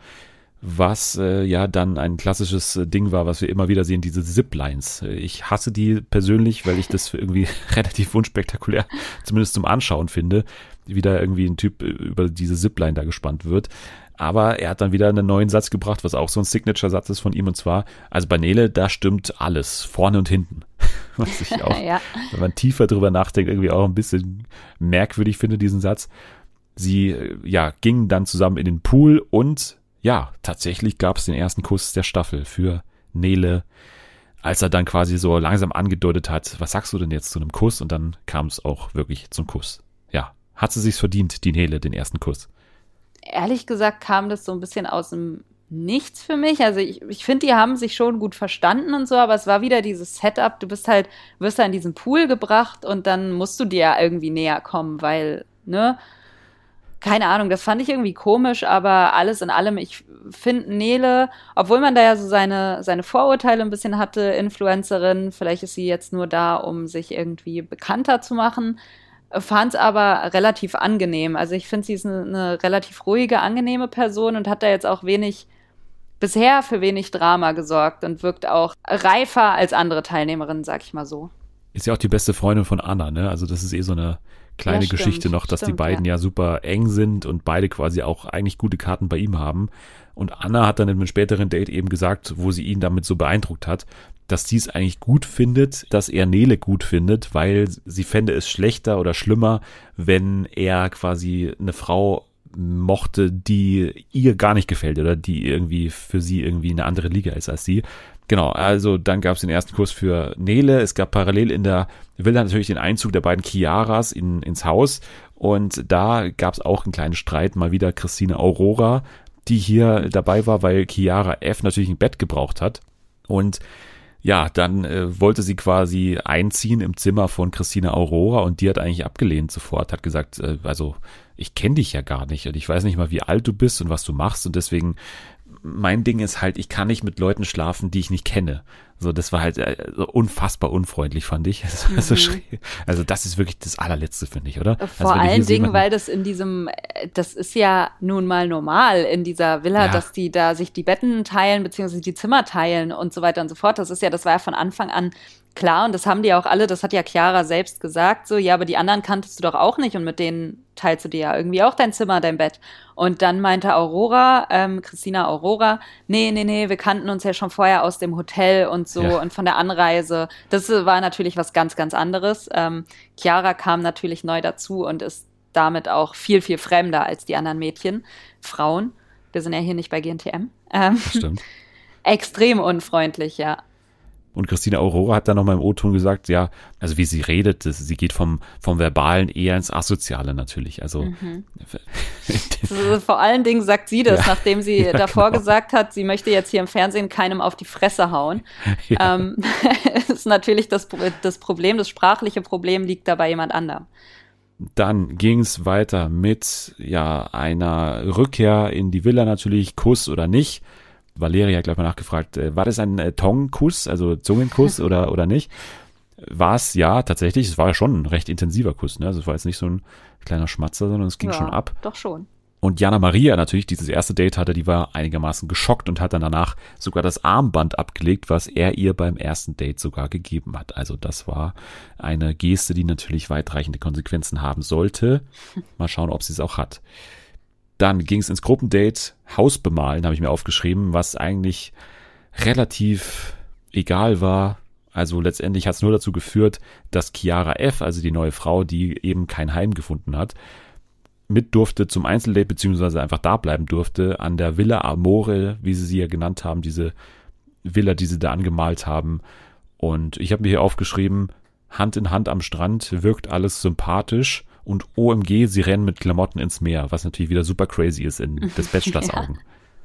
was ja dann ein klassisches Ding war, was wir immer wieder sehen, diese Ziplines. Ich hasse die persönlich, weil ich das irgendwie relativ unspektakulär, zumindest zum Anschauen finde, wie da irgendwie ein Typ über diese Zipline da gespannt wird. Aber er hat dann wieder einen neuen Satz gebracht, was auch so ein Signature-Satz ist von ihm, und zwar, also bei Nele, da stimmt alles, vorne und hinten. Was ich auch, ja, wenn man tiefer drüber nachdenkt, irgendwie auch ein bisschen merkwürdig finde, diesen Satz. Sie, ja, gingen dann zusammen in den Pool und ja, tatsächlich gab es den ersten Kuss der Staffel für Nele, als er dann quasi so langsam angedeutet hat, was sagst du denn jetzt zu einem Kuss? Und dann kam es auch wirklich zum Kuss. Ja, hat sie sich's verdient, die Nele, den ersten Kuss? Ehrlich gesagt kam das so ein bisschen aus dem Nichts für mich. Also ich finde, die haben sich schon gut verstanden und so, aber es war wieder dieses Setup, wirst da in diesen Pool gebracht und dann musst du dir ja irgendwie näher kommen, weil, ne, keine Ahnung, das fand ich irgendwie komisch, aber alles in allem, ich finde Nele, obwohl man da ja so seine Vorurteile ein bisschen hatte, Influencerin, vielleicht ist sie jetzt nur da, um sich irgendwie bekannter zu machen, fand es aber relativ angenehm. Also ich finde, sie ist eine relativ ruhige, angenehme Person und hat da jetzt auch bisher für wenig Drama gesorgt und wirkt auch reifer als andere Teilnehmerinnen, sag ich mal so. Ist ja auch die beste Freundin von Anna, ne? Also das ist so eine kleine Geschichte noch, dass die beiden ja super eng sind und beide quasi auch eigentlich gute Karten bei ihm haben. Und Anna hat dann in einem späteren Date eben gesagt, wo sie ihn damit so beeindruckt hat, dass sie es eigentlich gut findet, dass er Nele gut findet, weil sie fände es schlechter oder schlimmer, wenn er quasi eine Frau mochte, die ihr gar nicht gefällt oder die irgendwie für sie irgendwie eine andere Liga ist als sie. Genau, also dann gab es den ersten Kurs für Nele. Es gab parallel in der Villa natürlich den Einzug der beiden Chiaras ins Haus und da gab es auch einen kleinen Streit, mal wieder Christina Aurora, die hier dabei war, weil Chiara F. natürlich ein Bett gebraucht hat und ja, dann wollte sie quasi einziehen im Zimmer von Christina Aurora und die hat eigentlich abgelehnt sofort, hat gesagt, also ich kenne dich ja gar nicht und ich weiß nicht mal, wie alt du bist und was du machst und deswegen mein Ding ist halt, ich kann nicht mit Leuten schlafen, die ich nicht kenne. So, das war halt so unfassbar unfreundlich, fand ich. Das war so schräg. Also das ist wirklich das allerletzte, finde ich, oder? Vor allen Dingen, weil das das ist ja nun mal normal in dieser Villa, dass die da sich die Betten teilen, beziehungsweise die Zimmer teilen und so weiter und so fort. Das war ja von Anfang an klar und das haben die auch alle, das hat ja Chiara selbst gesagt, so, ja, aber die anderen kanntest du doch auch nicht und mit denen teilst du dir ja irgendwie auch dein Zimmer, dein Bett. Und dann meinte Christina Aurora, nee, wir kannten uns ja schon vorher aus dem Hotel und so und von der Anreise. Das war natürlich was ganz, ganz anderes. Chiara kam natürlich neu dazu und ist damit auch viel, viel fremder als die anderen Mädchen, Frauen. Wir sind ja hier nicht bei GNTM. Stimmt. Extrem unfreundlich, ja. Und Christina Aurora hat dann noch mal im O-Ton gesagt, ja, also wie sie redet, sie geht vom Verbalen eher ins Asoziale natürlich. Also vor allen Dingen sagt sie das, nachdem sie davor gesagt hat, sie möchte jetzt hier im Fernsehen keinem auf die Fresse hauen. Ist natürlich das Problem, das sprachliche Problem liegt da bei jemand anderem. Dann ging es weiter mit einer Rückkehr in die Villa natürlich, Kuss oder nicht. Valeria hat gleich mal nachgefragt, war das ein Tonguekuss, also Zungenkuss oder nicht? War es tatsächlich, es war ja schon ein recht intensiver Kuss, ne? Also es war jetzt nicht so ein kleiner Schmatzer, sondern es ging schon ab. Doch schon. Und Jana Maria natürlich, dieses erste Date hatte, die war einigermaßen geschockt und hat dann danach sogar das Armband abgelegt, was er ihr beim ersten Date sogar gegeben hat. Also das war eine Geste, die natürlich weitreichende Konsequenzen haben sollte. Mal schauen, ob sie es auch hat. Dann ging es ins Gruppendate, Haus bemalen, habe ich mir aufgeschrieben, was eigentlich relativ egal war. Also letztendlich hat es nur dazu geführt, dass Chiara F., also die neue Frau, die eben kein Heim gefunden hat, mit durfte zum Einzeldate, beziehungsweise einfach da bleiben durfte, an der Villa Amore, wie sie ja genannt haben, diese Villa, die sie da angemalt haben. Und ich habe mir hier aufgeschrieben, Hand in Hand am Strand, wirkt alles sympathisch. Und OMG, sie rennen mit Klamotten ins Meer, was natürlich wieder super crazy ist in des Bachelors Augen.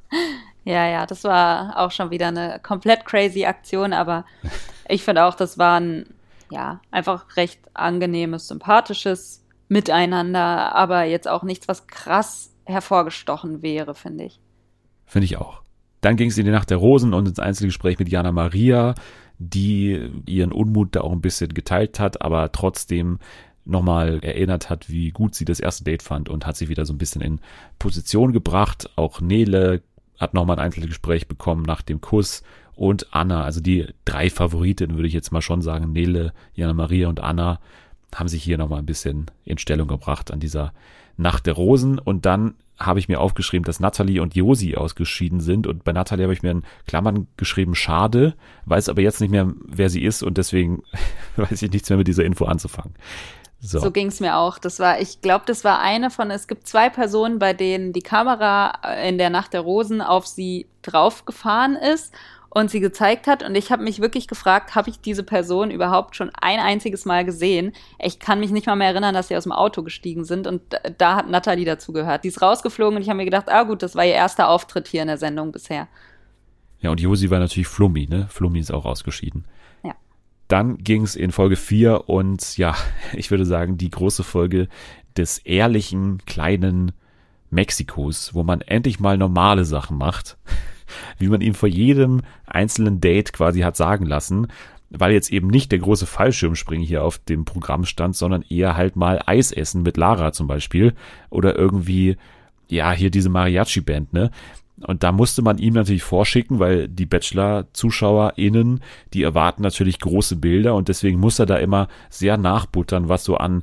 Ja, das war auch schon wieder eine komplett crazy Aktion, aber ich finde auch, das war ein, einfach recht angenehmes, sympathisches Miteinander, aber jetzt auch nichts, was krass hervorgestochen wäre, finde ich. Finde ich auch. Dann ging es in die Nacht der Rosen und ins Einzelgespräch mit Jana Maria, die ihren Unmut da auch ein bisschen geteilt hat, aber trotzdem nochmal erinnert hat, wie gut sie das erste Date fand und hat sie wieder so ein bisschen in Position gebracht. Auch Nele hat nochmal ein Einzelgespräch bekommen nach dem Kuss und Anna, also die 3 Favoritinnen, würde ich jetzt mal schon sagen, Nele, Jana Maria und Anna, haben sich hier nochmal ein bisschen in Stellung gebracht an dieser Nacht der Rosen. Und dann habe ich mir aufgeschrieben, dass Natalie und Josi ausgeschieden sind. Und bei Natalie habe ich mir in Klammern geschrieben, schade, weiß aber jetzt nicht mehr, wer sie ist und deswegen weiß ich nichts mehr mit dieser Info anzufangen. So ging es mir auch. Ich glaube, das war es gibt 2 Personen, bei denen die Kamera in der Nacht der Rosen auf sie draufgefahren ist und sie gezeigt hat. Und ich habe mich wirklich gefragt, habe ich diese Person überhaupt schon ein einziges Mal gesehen? Ich kann mich nicht mal mehr erinnern, dass sie aus dem Auto gestiegen sind. Und da hat Natalie dazugehört. Die ist rausgeflogen und ich habe mir gedacht, gut, das war ihr erster Auftritt hier in der Sendung bisher. Ja, und Josi war natürlich Flummi, ne? Flummi ist auch ausgeschieden. Ja. Dann ging es in Folge 4 und ich würde sagen, die große Folge des ehrlichen, kleinen Mexikos, wo man endlich mal normale Sachen macht, wie man ihm vor jedem einzelnen Date quasi hat sagen lassen, weil jetzt eben nicht der große Fallschirmspringen hier auf dem Programm stand, sondern eher halt mal Eis essen mit Lara zum Beispiel oder irgendwie, hier diese Mariachi-Band, ne? Und da musste man ihm natürlich vorschicken, weil die Bachelor-ZuschauerInnen, die erwarten natürlich große Bilder und deswegen muss er da immer sehr nachbuttern, was so an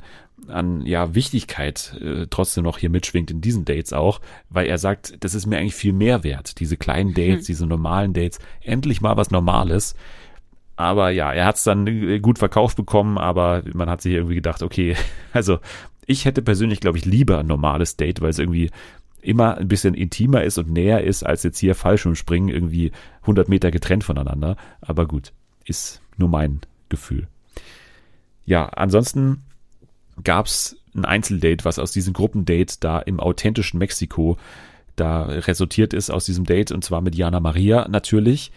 Wichtigkeit trotzdem noch hier mitschwingt in diesen Dates auch, weil er sagt, das ist mir eigentlich viel mehr wert, diese kleinen Dates, diese normalen Dates, endlich mal was Normales. Aber er hat es dann gut verkauft bekommen, aber man hat sich irgendwie gedacht, okay, also ich hätte persönlich, glaube ich, lieber ein normales Date, weil es irgendwie immer ein bisschen intimer ist und näher ist, als jetzt hier Fallschirmspringen, irgendwie 100 Meter getrennt voneinander. Aber gut, ist nur mein Gefühl. Ja, ansonsten gab es ein Einzeldate, was aus diesem Gruppendate da im authentischen Mexiko da resultiert ist aus diesem Date, und zwar mit Jana Maria natürlich.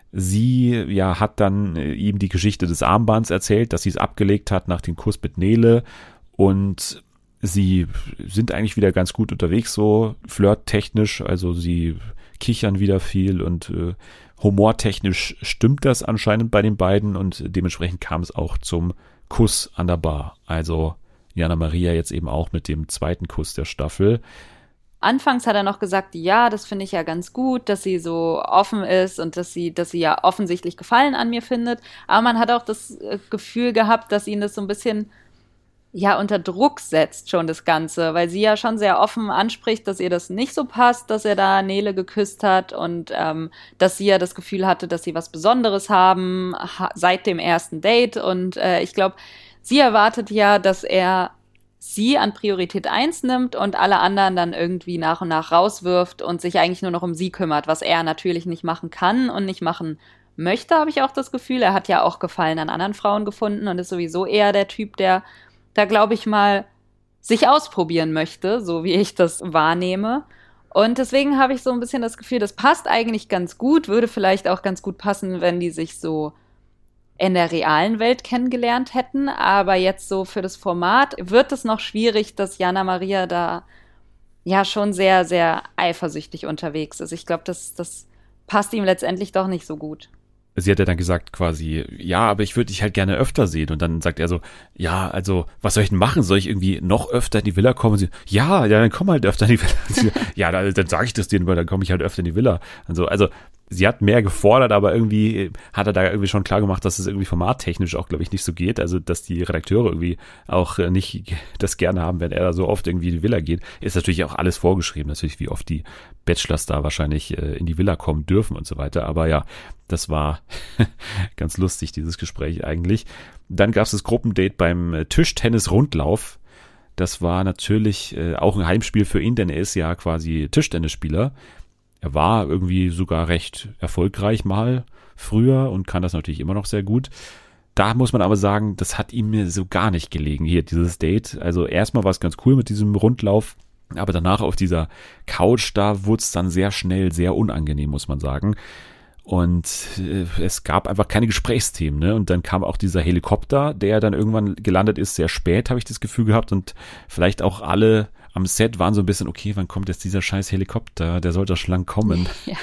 Sie hat dann ihm die Geschichte des Armbands erzählt, dass sie es abgelegt hat nach dem Kuss mit Nele, und Sie sind eigentlich wieder ganz gut unterwegs, so flirttechnisch, also sie kichern wieder viel und humortechnisch stimmt das anscheinend bei den beiden und dementsprechend kam es auch zum Kuss an der Bar. Also Jana Maria jetzt eben auch mit dem zweiten Kuss der Staffel. Anfangs hat er noch gesagt, ja, das finde ich ja ganz gut, dass sie so offen ist und dass sie ja offensichtlich Gefallen an mir findet. Aber man hat auch das Gefühl gehabt, dass ihn das so ein bisschen unter Druck setzt schon das Ganze, weil sie ja schon sehr offen anspricht, dass ihr das nicht so passt, dass er da Nele geküsst hat und dass sie ja das Gefühl hatte, dass sie was Besonderes haben seit dem ersten Date und ich glaube, sie erwartet ja, dass er sie an Priorität 1 nimmt und alle anderen dann irgendwie nach und nach rauswirft und sich eigentlich nur noch um sie kümmert, was er natürlich nicht machen kann und nicht machen möchte, habe ich auch das Gefühl. Er hat ja auch Gefallen an anderen Frauen gefunden und ist sowieso eher der Typ, der da, glaube ich mal, sich ausprobieren möchte, so wie ich das wahrnehme. Und deswegen habe ich so ein bisschen das Gefühl, das passt eigentlich ganz gut, würde vielleicht auch ganz gut passen, wenn die sich so in der realen Welt kennengelernt hätten. Aber jetzt so für das Format wird es noch schwierig, dass Jana Maria da ja schon sehr, sehr eifersüchtig unterwegs ist. Ich glaube, das passt ihm letztendlich doch nicht so gut. Sie hat ja dann gesagt quasi, ja, aber ich würde dich halt gerne öfter sehen. Und dann sagt er so, ja, also, was soll ich denn machen? Soll ich irgendwie noch öfter in die Villa kommen? Und sie, ja, dann komm halt öfter in die Villa. Sie, ja, dann sage ich das denen, weil dann komme ich halt öfter in die Villa. Also sie hat mehr gefordert, aber irgendwie hat er da irgendwie schon klar gemacht, dass es irgendwie formattechnisch auch, glaube ich, nicht so geht. Also, dass die Redakteure irgendwie auch nicht das gerne haben, wenn er da so oft irgendwie in die Villa geht. Ist natürlich auch alles vorgeschrieben, natürlich, wie oft die Bachelors da wahrscheinlich in die Villa kommen dürfen und so weiter. Aber ja, das war ganz lustig, dieses Gespräch eigentlich. Dann gab es das Gruppendate beim Tischtennis-Rundlauf. Das war natürlich auch ein Heimspiel für ihn, denn er ist ja quasi Tischtennisspieler. Er war irgendwie sogar recht erfolgreich mal früher und kann das natürlich immer noch sehr gut. Da muss man aber sagen, das hat ihm so gar nicht gelegen, hier dieses Date. Also erstmal war es ganz cool mit diesem Rundlauf, aber danach auf dieser Couch, da wurde es dann sehr schnell sehr unangenehm, muss man sagen. Und es gab einfach keine Gesprächsthemen, ne? Und dann kam auch dieser Helikopter, der dann irgendwann gelandet ist, sehr spät, habe ich das Gefühl gehabt. Und vielleicht auch alle am Set waren so ein bisschen, okay, wann kommt jetzt dieser scheiß Helikopter? Der sollte doch schon lang kommen. Ja.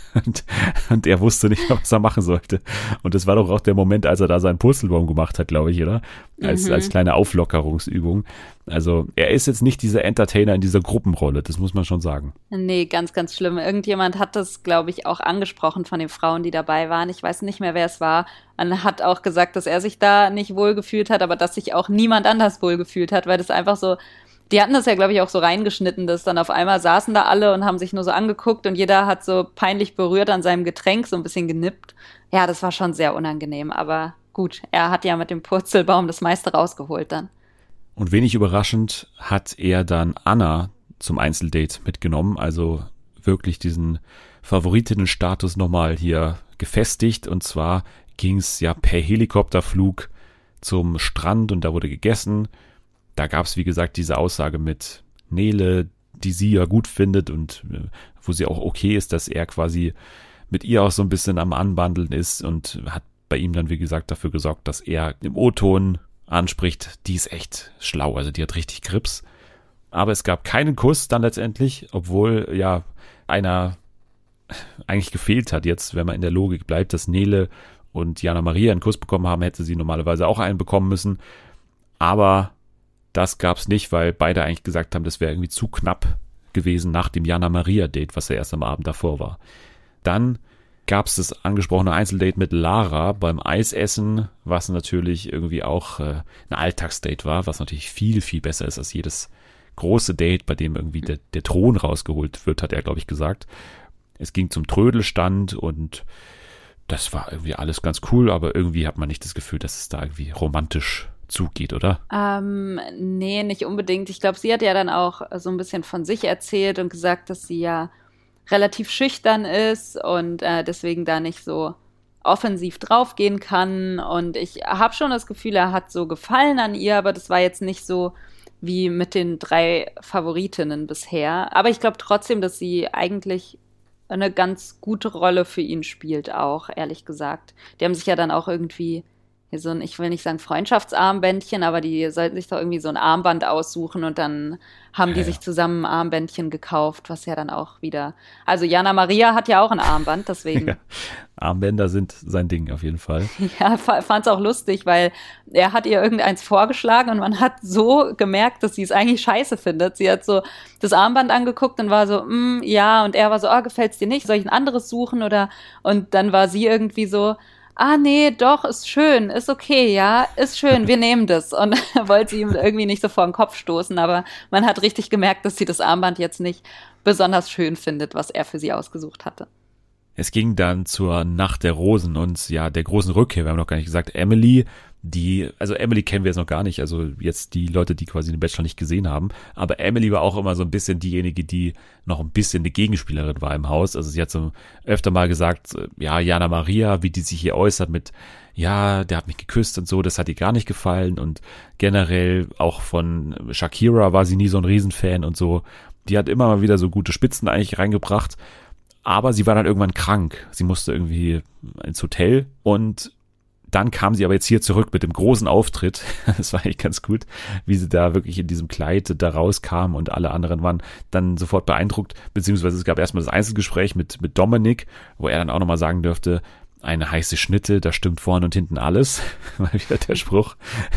Und er wusste nicht, was er machen sollte. Und das war doch auch der Moment, als er da seinen Purzelbaum gemacht hat, glaube ich, oder? Als kleine Auflockerungsübung. Also er ist jetzt nicht dieser Entertainer in dieser Gruppenrolle, das muss man schon sagen. Nee, ganz, ganz schlimm. Irgendjemand hat das, glaube ich, auch angesprochen von den Frauen, die dabei waren. Ich weiß nicht mehr, wer es war. Man hat auch gesagt, dass er sich da nicht wohlgefühlt hat, aber dass sich auch niemand anders wohlgefühlt hat, weil das einfach so. Die hatten das ja, glaube ich, auch so reingeschnitten, dass dann auf einmal saßen da alle und haben sich nur so angeguckt und jeder hat so peinlich berührt an seinem Getränk, so ein bisschen genippt. Ja, das war schon sehr unangenehm, aber gut, er hat ja mit dem Purzelbaum das meiste rausgeholt dann. Und wenig überraschend hat er dann Anna zum Einzeldate mitgenommen, also wirklich diesen Favoritinnenstatus nochmal hier gefestigt und zwar ging es ja per Helikopterflug zum Strand und da wurde gegessen. Da gab es, wie gesagt, diese Aussage mit Nele, die sie ja gut findet und wo sie auch okay ist, dass er quasi mit ihr auch so ein bisschen am Anbandeln ist und hat bei ihm dann, wie gesagt, dafür gesorgt, dass er im O-Ton anspricht, die ist echt schlau, also die hat richtig Grips. Aber es gab keinen Kuss dann letztendlich, obwohl ja einer eigentlich gefehlt hat jetzt, wenn man in der Logik bleibt, dass Nele und Jana Maria einen Kuss bekommen haben, hätte sie normalerweise auch einen bekommen müssen. Aber das gab's nicht, weil beide eigentlich gesagt haben, das wäre irgendwie zu knapp gewesen nach dem Jana-Maria-Date, was ja erst am Abend davor war. Dann gab's das angesprochene Einzeldate mit Lara beim Eisessen, was natürlich irgendwie auch ein Alltagsdate war, was natürlich viel, viel besser ist als jedes große Date, bei dem irgendwie der Thron rausgeholt wird, hat er, glaube ich, gesagt. Es ging zum Trödelstand und das war irgendwie alles ganz cool, aber irgendwie hat man nicht das Gefühl, dass es da irgendwie romantisch zugeht, oder? Nee, nicht unbedingt. Ich glaube, sie hat ja dann auch so ein bisschen von sich erzählt und gesagt, dass sie ja relativ schüchtern ist und deswegen da nicht so offensiv draufgehen kann. Und ich habe schon das Gefühl, er hat so Gefallen an ihr, aber das war jetzt nicht so wie mit den 3 Favoritinnen bisher. Aber ich glaube trotzdem, dass sie eigentlich eine ganz gute Rolle für ihn spielt auch, ehrlich gesagt. Die haben sich ja dann auch irgendwie ich will nicht sagen Freundschaftsarmbändchen, aber die sollten sich doch irgendwie so ein Armband aussuchen und dann haben die sich zusammen ein Armbändchen gekauft, was ja dann auch wieder, also Jana Maria hat ja auch ein Armband, deswegen. Ja, Armbänder sind sein Ding auf jeden Fall. Ja, fand's auch lustig, weil er hat ihr irgendeins vorgeschlagen und man hat so gemerkt, dass sie es eigentlich scheiße findet. Sie hat so das Armband angeguckt und war so, ja, und er war so, gefällt's dir nicht? Soll ich ein anderes suchen? Und dann war sie irgendwie so, nee, doch, ist schön, ist okay, ja, ist schön, wir nehmen das. Und wollte sie ihm irgendwie nicht so vor den Kopf stoßen, aber man hat richtig gemerkt, dass sie das Armband jetzt nicht besonders schön findet, was er für sie ausgesucht hatte. Es ging dann zur Nacht der Rosen und ja, der großen Rückkehr, wir haben noch gar nicht gesagt, Emily kennen wir jetzt noch gar nicht, also jetzt die Leute, die quasi den Bachelor nicht gesehen haben, aber Emily war auch immer so ein bisschen diejenige, die noch ein bisschen eine Gegenspielerin war im Haus, also sie hat so öfter mal gesagt, ja, Jana Maria, wie die sich hier äußert mit, ja, der hat mich geküsst und so, das hat ihr gar nicht gefallen und generell auch von Shakira war sie nie so ein Riesenfan und so, die hat immer mal wieder so gute Spitzen eigentlich reingebracht, aber sie war dann irgendwann krank, sie musste irgendwie ins Hotel und dann kam sie aber jetzt hier zurück mit dem großen Auftritt. Das war eigentlich ganz gut, wie sie da wirklich in diesem Kleid da rauskam und alle anderen waren dann sofort beeindruckt, beziehungsweise es gab erstmal das Einzelgespräch mit Dominik, wo er dann auch nochmal sagen dürfte, eine heiße Schnitte, da stimmt vorne und hinten alles, mal wieder der Spruch.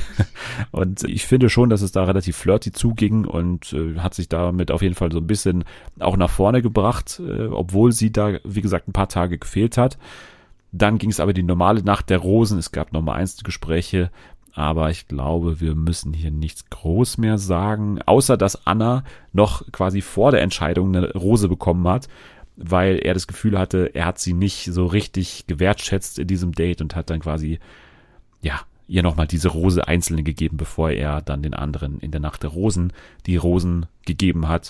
Und ich finde schon, dass es da relativ flirty zuging und hat sich damit auf jeden Fall so ein bisschen auch nach vorne gebracht, obwohl sie da, wie gesagt, ein paar Tage gefehlt hat. Dann ging es aber die normale Nacht der Rosen. Es gab nochmal Einzelgespräche, aber ich glaube, wir müssen hier nichts groß mehr sagen, außer dass Anna noch quasi vor der Entscheidung eine Rose bekommen hat, weil er das Gefühl hatte, er hat sie nicht so richtig gewertschätzt in diesem Date und hat dann quasi, ja, ihr nochmal diese Rose einzeln gegeben, bevor er dann den anderen in der Nacht der Rosen die Rosen gegeben hat.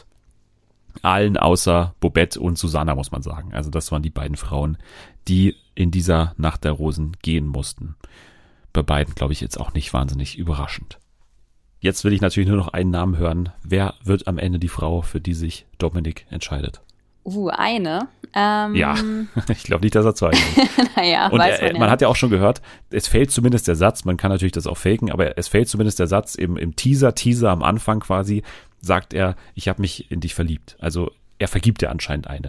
Allen außer Bobette und Susanna, muss man sagen. Also das waren die beiden Frauen, die in dieser Nacht der Rosen gehen mussten. Bei beiden, glaube ich, jetzt auch nicht wahnsinnig überraschend. Jetzt will ich natürlich nur noch einen Namen hören. Wer wird am Ende die Frau, für die sich Dominik entscheidet? Eine. Ja, ich glaube nicht, dass er zwei ist. Naja, und weiß man ja. Man hat ja auch schon gehört, es fällt zumindest der Satz, man kann natürlich das auch faken, aber es fällt zumindest der Satz im Teaser am Anfang quasi, sagt er, ich habe mich in dich verliebt. Also er vergibt ja anscheinend eine.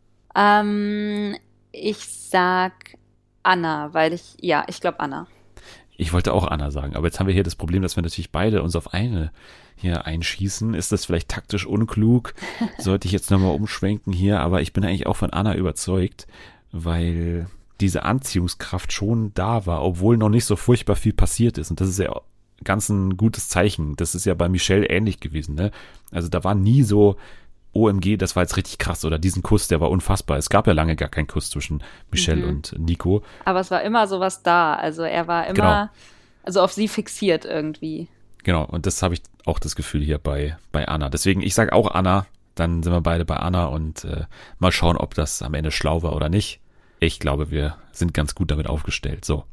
Ich sag Anna, weil ich glaube Anna. Ich wollte auch Anna sagen, aber jetzt haben wir hier das Problem, dass wir natürlich beide uns auf eine hier einschießen. Ist das vielleicht taktisch unklug? Sollte ich jetzt nochmal umschwenken hier, aber ich bin eigentlich auch von Anna überzeugt, weil diese Anziehungskraft schon da war, obwohl noch nicht so furchtbar viel passiert ist. Und das ist ja ganz ein gutes Zeichen. Das ist ja bei Michelle ähnlich gewesen, ne? Also da war nie so, OMG, das war jetzt richtig krass, oder diesen Kuss, der war unfassbar. Es gab ja lange gar keinen Kuss zwischen Michelle und Nico. Aber es war immer sowas da. Also er war immer also auf sie fixiert irgendwie. Genau, und das habe ich auch das Gefühl hier bei Anna. Deswegen, ich sage auch Anna, dann sind wir beide bei Anna und mal schauen, ob das am Ende schlau war oder nicht. Ich glaube, wir sind ganz gut damit aufgestellt. So,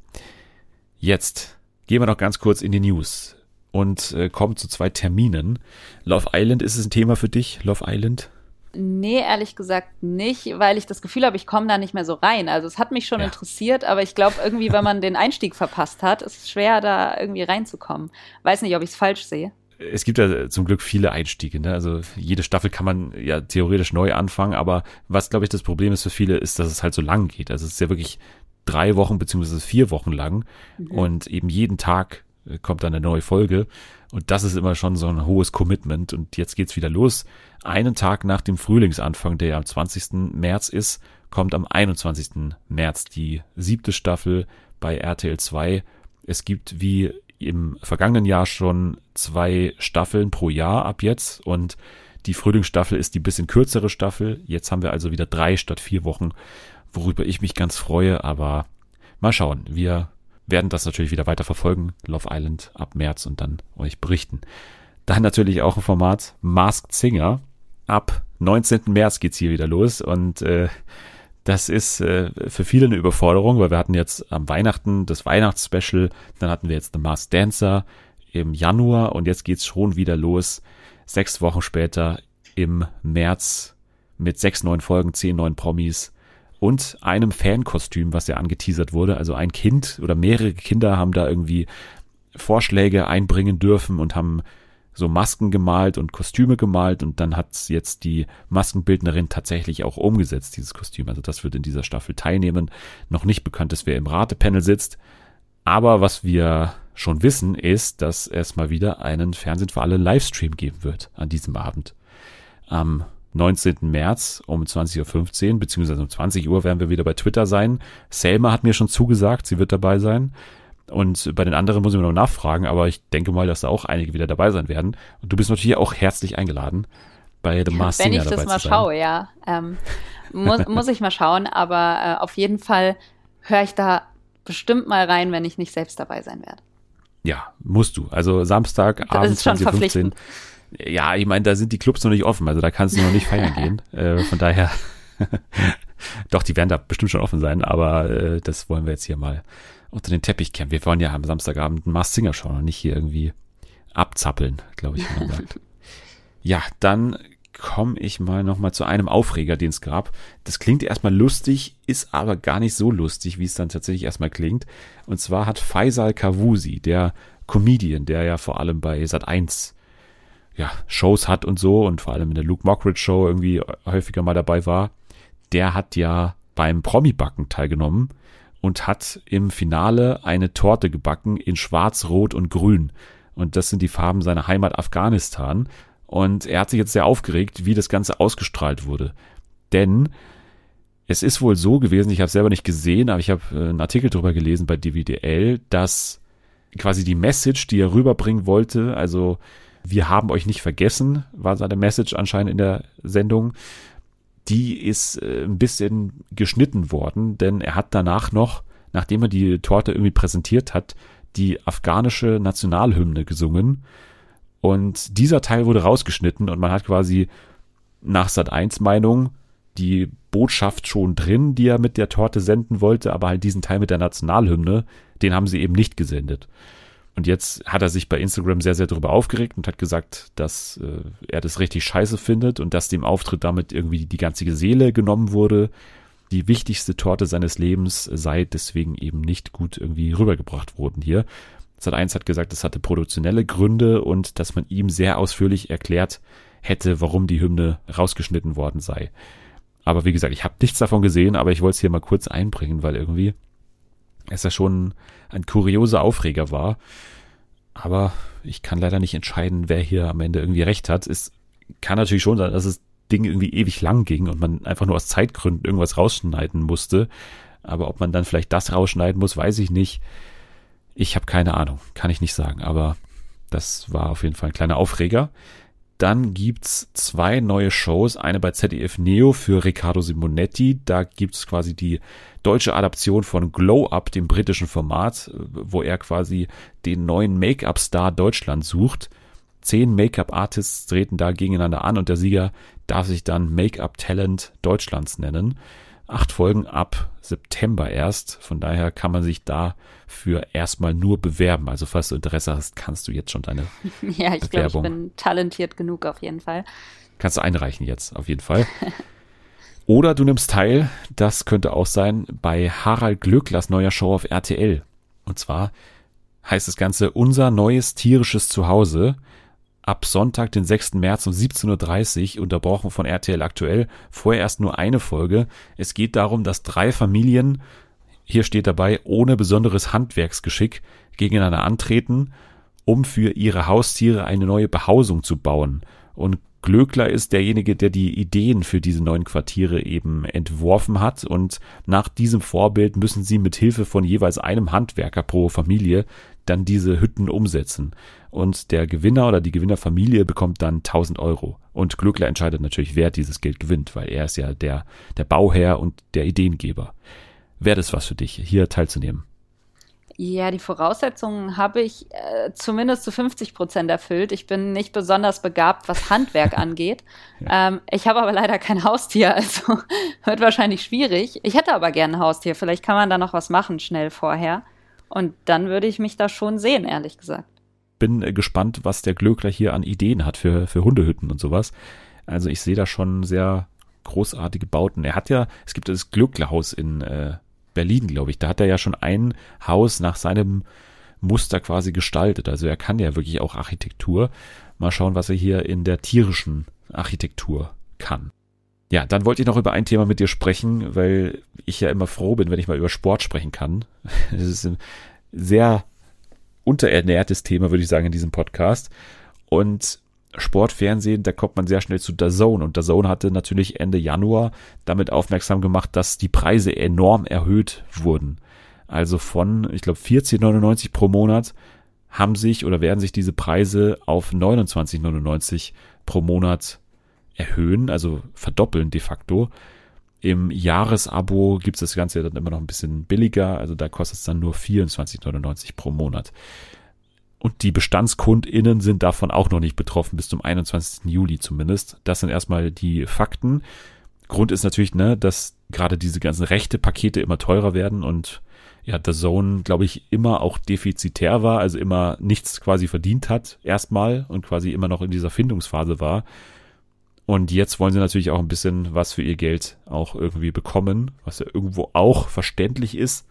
jetzt gehen wir noch ganz kurz in die News und kommen zu 2 Terminen. Love Island, ist es ein Thema für dich, Love Island? Nee, ehrlich gesagt nicht, weil ich das Gefühl habe, ich komme da nicht mehr so rein. Also es hat mich schon interessiert, aber ich glaube irgendwie, wenn man den Einstieg verpasst hat, ist es schwer, da irgendwie reinzukommen. Weiß nicht, ob ich es falsch sehe. Es gibt ja zum Glück viele Einstiege, ne? Also jede Staffel kann man ja theoretisch neu anfangen, aber was, glaube ich, das Problem ist für viele, ist, dass es halt so lang geht. Also es ist ja wirklich 3 Wochen beziehungsweise 4 Wochen lang und eben jeden Tag kommt dann eine neue Folge und das ist immer schon so ein hohes Commitment und jetzt geht's wieder los. Einen Tag nach dem Frühlingsanfang, der am 20. März ist, kommt am 21. März die 7. Staffel bei RTL 2. Es gibt wie im vergangenen Jahr schon 2 Staffeln pro Jahr ab jetzt und die Frühlingsstaffel ist die bisschen kürzere Staffel. Jetzt haben wir also wieder 3 statt 4 Wochen, worüber ich mich ganz freue, aber mal schauen. Wir werden das natürlich wieder weiter verfolgen, Love Island ab März und dann euch berichten. Dann natürlich auch ein Format Masked Singer. Ab 19. März geht's hier wieder los und das ist für viele eine Überforderung, weil wir hatten jetzt am Weihnachten das Weihnachtsspecial, dann hatten wir jetzt The Masked Dancer im Januar und jetzt geht's schon wieder los, 6 Wochen später im März mit 6 neuen Folgen, 10 neuen Promis und einem Fankostüm, was ja angeteasert wurde. Also ein Kind oder mehrere Kinder haben da irgendwie Vorschläge einbringen dürfen und haben so Masken gemalt und Kostüme gemalt und dann hat jetzt die Maskenbildnerin tatsächlich auch umgesetzt, dieses Kostüm. Also das wird in dieser Staffel teilnehmen. Noch nicht bekannt ist, wer im Ratepanel sitzt. Aber was wir schon wissen, ist, dass es mal wieder einen Fernsehen für alle Livestream geben wird an diesem Abend. Am 19. März um 20.15 Uhr, beziehungsweise um 20 Uhr werden wir wieder bei Twitter sein. Selma hat mir schon zugesagt, sie wird dabei sein. Und bei den anderen muss ich noch nachfragen, aber ich denke mal, dass da auch einige wieder dabei sein werden. Und du bist natürlich auch herzlich eingeladen, bei The Masked Singer dabei zu sein. Wenn ich das mal schaue, ja. Muss ich mal schauen, aber auf jeden Fall höre ich da bestimmt mal rein, wenn ich nicht selbst dabei sein werde. Ja, musst du. Also Samstagabend 20.15 Uhr. Ja, ich meine, da sind die Clubs noch nicht offen, also da kannst du noch nicht feiern gehen. Von daher, doch, die werden da bestimmt schon offen sein, aber das wollen wir jetzt hier mal unter den Teppich kehren. Wir wollen ja am Samstagabend einen Masked Singer schauen und nicht hier irgendwie abzappeln, glaube ich, wie man sagt. Ja, dann komme ich mal nochmal zu einem Aufreger, den es gab. Das klingt erstmal lustig, ist aber gar nicht so lustig, wie es dann tatsächlich erstmal klingt. Und zwar hat Faisal Kavusi, der Comedian, der ja vor allem bei Sat.1 Shows hat und so und vor allem in der Luke Mockridge Show irgendwie häufiger mal dabei war, der hat ja beim Promi-Backen teilgenommen und hat im Finale eine Torte gebacken in Schwarz, Rot und Grün. Und das sind die Farben seiner Heimat Afghanistan. Und er hat sich jetzt sehr aufgeregt, wie das Ganze ausgestrahlt wurde. Denn es ist wohl so gewesen, ich habe es selber nicht gesehen, aber ich habe einen Artikel darüber gelesen bei DWDL, dass quasi die Message, die er rüberbringen wollte, also wir haben euch nicht vergessen, war seine Message anscheinend in der Sendung, die ist ein bisschen geschnitten worden, denn er hat danach noch, nachdem er die Torte irgendwie präsentiert hat, die afghanische Nationalhymne gesungen und dieser Teil wurde rausgeschnitten und man hat quasi nach Sat.1 Meinung die Botschaft schon drin, die er mit der Torte senden wollte, aber halt diesen Teil mit der Nationalhymne, den haben sie eben nicht gesendet. Und jetzt hat er sich bei Instagram sehr, sehr darüber aufgeregt und hat gesagt, dass er das richtig scheiße findet und dass dem Auftritt damit irgendwie die ganze Seele genommen wurde. Die wichtigste Torte seines Lebens sei deswegen eben nicht gut irgendwie rübergebracht worden hier. Sat.1 hat gesagt, es hatte produktionelle Gründe und dass man ihm sehr ausführlich erklärt hätte, warum die Hymne rausgeschnitten worden sei. Aber wie gesagt, ich habe nichts davon gesehen, aber ich wollte es hier mal kurz einbringen, weil irgendwie es ja schon ein kurioser Aufreger war. Aber ich kann leider nicht entscheiden, wer hier am Ende irgendwie recht hat. Es kann natürlich schon sein, dass das Ding irgendwie ewig lang ging und man einfach nur aus Zeitgründen irgendwas rausschneiden musste. Aber ob man dann vielleicht das rausschneiden muss, weiß ich nicht. Ich habe keine Ahnung, kann ich nicht sagen. Aber das war auf jeden Fall ein kleiner Aufreger. Dann gibt's 2 neue Shows, eine bei ZDF Neo für Riccardo Simonetti. Da gibt's quasi die deutsche Adaption von Glow Up, dem britischen Format, wo er quasi den neuen Make-up-Star Deutschland sucht. 10 Make-up-Artists treten da gegeneinander an und der Sieger darf sich dann Make-up-Talent Deutschlands nennen. 8 Folgen ab September erst. Von daher kann man sich dafür erstmal nur bewerben. Also falls du Interesse hast, kannst du jetzt schon deine Ja, ich glaube, ich bin talentiert genug auf jeden Fall. Kannst du einreichen jetzt auf jeden Fall. Oder du nimmst teil, das könnte auch sein, bei Harald Glöcklers neuer Show auf RTL. Und zwar heißt das Ganze Unser neues tierisches Zuhause. Ab Sonntag, den 6. März um 17.30 Uhr, unterbrochen von RTL Aktuell. Vorher erst nur eine Folge. Es geht darum, dass 3 Familien, hier steht dabei, ohne besonderes Handwerksgeschick gegeneinander antreten, um für ihre Haustiere eine neue Behausung zu bauen. Und Glöckler ist derjenige, der die Ideen für diese neuen Quartiere eben entworfen hat. Und nach diesem Vorbild müssen sie mit Hilfe von jeweils einem Handwerker pro Familie dann diese Hütten umsetzen. Und der Gewinner oder die Gewinnerfamilie bekommt dann 1.000 €. Und Glöckler entscheidet natürlich, wer dieses Geld gewinnt, weil er ist ja der Bauherr und der Ideengeber. Wäre das was für dich, hier teilzunehmen? Ja, die Voraussetzungen habe ich zumindest zu 50% erfüllt. Ich bin nicht besonders begabt, was Handwerk angeht. Ja. Ich habe aber leider kein Haustier, also wird wahrscheinlich schwierig. Ich hätte aber gerne ein Haustier. Vielleicht kann man da noch was machen, schnell vorher. Und dann würde ich mich da schon sehen, ehrlich gesagt. Bin gespannt, was der Glöckler hier an Ideen hat für Hundehütten und sowas. Also ich sehe da schon sehr großartige Bauten. Es gibt das Glöcklerhaus in Berlin, glaube ich. Da hat er ja schon ein Haus nach seinem Muster quasi gestaltet. Also er kann ja wirklich auch Architektur. Mal schauen, was er hier in der tierischen Architektur kann. Ja, dann wollte ich noch über ein Thema mit dir sprechen, weil ich ja immer froh bin, wenn ich mal über Sport sprechen kann. Das ist ein sehr unterernährtes Thema, würde ich sagen, in diesem Podcast. Und Sportfernsehen, da kommt man sehr schnell zu DAZN. Und DAZN hatte natürlich Ende Januar damit aufmerksam gemacht, dass die Preise enorm erhöht wurden. Also von, ich glaube, 14,99 pro Monat werden sich diese Preise auf 29,99 pro Monat erhöhen, also verdoppeln de facto. Im Jahresabo gibt es das Ganze dann immer noch ein bisschen billiger, also da kostet es dann nur 24,99 pro Monat. Und die BestandskundInnen sind davon auch noch nicht betroffen, bis zum 21. Juli zumindest. Das sind erstmal die Fakten. Grund ist natürlich, dass gerade diese ganzen Rechte-Pakete immer teurer werden und ja, DAZN, glaube ich, immer auch defizitär war, also immer nichts quasi verdient hat erstmal und quasi immer noch in dieser Findungsphase war. Und jetzt wollen sie natürlich auch ein bisschen was für ihr Geld auch irgendwie bekommen, was ja irgendwo auch verständlich ist,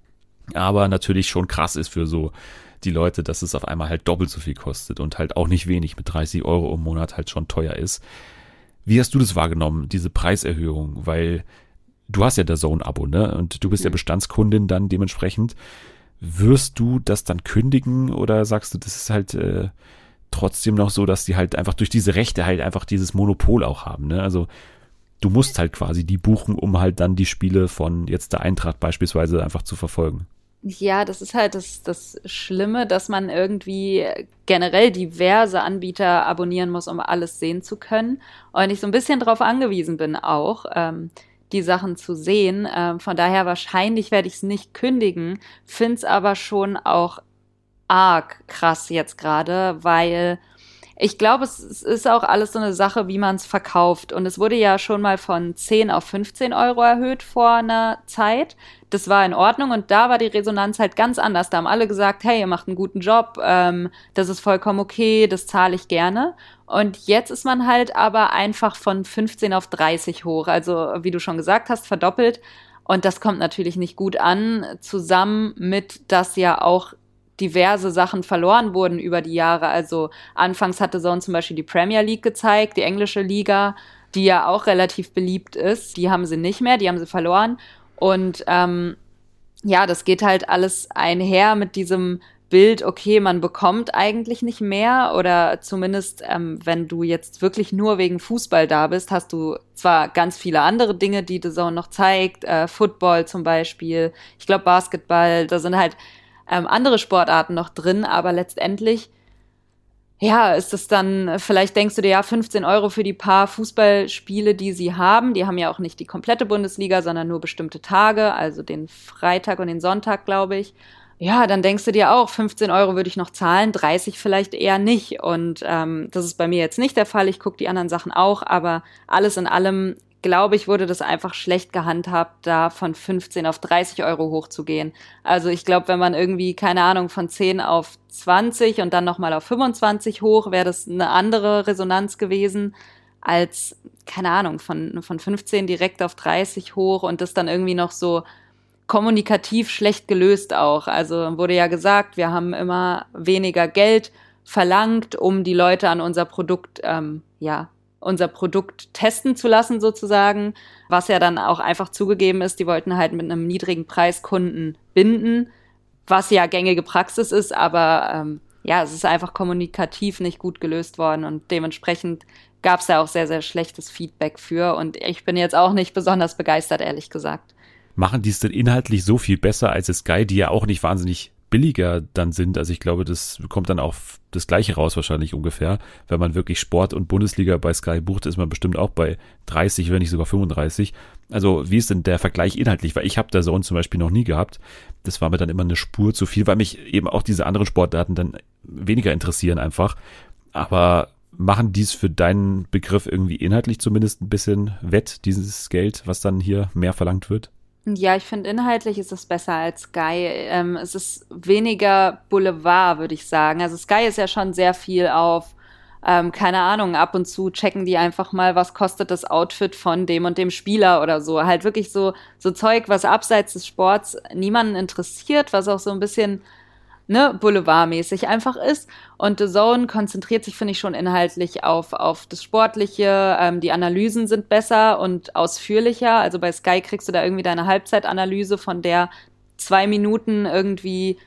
aber natürlich schon krass ist für so die Leute, dass es auf einmal halt doppelt so viel kostet und halt auch nicht wenig mit 30 Euro im Monat halt schon teuer ist. Wie hast du das wahrgenommen, diese Preiserhöhung? Weil du hast ja DAZN-Abo, und du bist ja Bestandskundin dann dementsprechend. Wirst du das dann kündigen oder sagst du, das ist halt trotzdem noch so, dass die halt einfach durch diese Rechte halt einfach dieses Monopol auch haben, ne? Also du musst halt quasi die buchen, um halt dann die Spiele von jetzt der Eintracht beispielsweise einfach zu verfolgen. Ja, das ist halt das Schlimme, dass man irgendwie generell diverse Anbieter abonnieren muss, um alles sehen zu können. Und ich so ein bisschen drauf angewiesen bin auch, die Sachen zu sehen. Von daher wahrscheinlich werde ich es nicht kündigen, find's aber schon auch arg krass jetzt gerade, weil ich glaube, es ist auch alles so eine Sache, wie man es verkauft. Und es wurde ja schon mal von 10 auf 15 Euro erhöht vor einer Zeit. Das war in Ordnung und da war die Resonanz halt ganz anders. Da haben alle gesagt, hey, ihr macht einen guten Job, das ist vollkommen okay, das zahle ich gerne. Und jetzt ist man halt aber einfach von 15 auf 30 hoch. Also wie du schon gesagt hast, verdoppelt. Und das kommt natürlich nicht gut an, zusammen mit, dass ja auch diverse Sachen verloren wurden über die Jahre. Also anfangs hatte DAZN zum Beispiel die Premier League gezeigt, die englische Liga, die ja auch relativ beliebt ist. Die haben sie nicht mehr, die haben sie verloren. Und das geht halt alles einher mit diesem Bild, okay, man bekommt eigentlich nicht mehr oder zumindest, wenn du jetzt wirklich nur wegen Fußball da bist, hast du zwar ganz viele andere Dinge, die DAZN noch zeigt, Football zum Beispiel, ich glaube Basketball, da sind halt andere Sportarten noch drin, aber letztendlich, ja, ist es dann, vielleicht denkst du dir, ja, 15 Euro für die paar Fußballspiele, die sie haben. Die haben ja auch nicht die komplette Bundesliga, sondern nur bestimmte Tage, also den Freitag und den Sonntag, glaube ich. Ja, dann denkst du dir auch, 15 Euro würde ich noch zahlen, 30 vielleicht eher nicht. Und das ist bei mir jetzt nicht der Fall. Ich gucke die anderen Sachen auch, aber alles in allem, glaube ich, wurde das einfach schlecht gehandhabt, da von 15 auf 30 Euro hochzugehen. Also ich glaube, wenn man irgendwie, keine Ahnung, von 10 auf 20 und dann nochmal auf 25 hoch, wäre das eine andere Resonanz gewesen als, keine Ahnung, von 15 direkt auf 30 hoch und das dann irgendwie noch so kommunikativ schlecht gelöst auch. Also wurde ja gesagt, wir haben immer weniger Geld verlangt, um die Leute an unser Produkt, unser Produkt testen zu lassen sozusagen, was ja dann auch einfach zugegeben ist, die wollten halt mit einem niedrigen Preis Kunden binden, was ja gängige Praxis ist, aber es ist einfach kommunikativ nicht gut gelöst worden und dementsprechend gab es ja auch sehr, sehr schlechtes Feedback für und ich bin jetzt auch nicht besonders begeistert, ehrlich gesagt. Machen die es denn inhaltlich so viel besser als Sky, die ja auch nicht wahnsinnig billiger dann sind? Also ich glaube, das kommt dann auch das Gleiche raus wahrscheinlich ungefähr. Wenn man wirklich Sport und Bundesliga bei Sky bucht, ist man bestimmt auch bei 30, wenn nicht sogar 35. Also wie ist denn der Vergleich inhaltlich? Weil ich habe DAZN zum Beispiel noch nie gehabt. Das war mir dann immer eine Spur zu viel, weil mich eben auch diese anderen Sportarten dann weniger interessieren einfach. Aber machen dies für deinen Begriff irgendwie inhaltlich zumindest ein bisschen wett, dieses Geld, was dann hier mehr verlangt wird? Ja, ich finde, inhaltlich ist es besser als Sky. Es ist weniger Boulevard, würde ich sagen. Also Sky ist ja schon sehr viel auf keine Ahnung, ab und zu checken die einfach mal, was kostet das Outfit von dem und dem Spieler oder so. Halt wirklich so Zeug, was abseits des Sports niemanden interessiert, was auch so ein bisschen boulevardmäßig einfach ist. Und The Zone konzentriert sich, finde ich, schon inhaltlich auf das Sportliche. Die Analysen sind besser und ausführlicher. Also bei Sky kriegst du da irgendwie deine Halbzeitanalyse, von der 2 Minuten irgendwie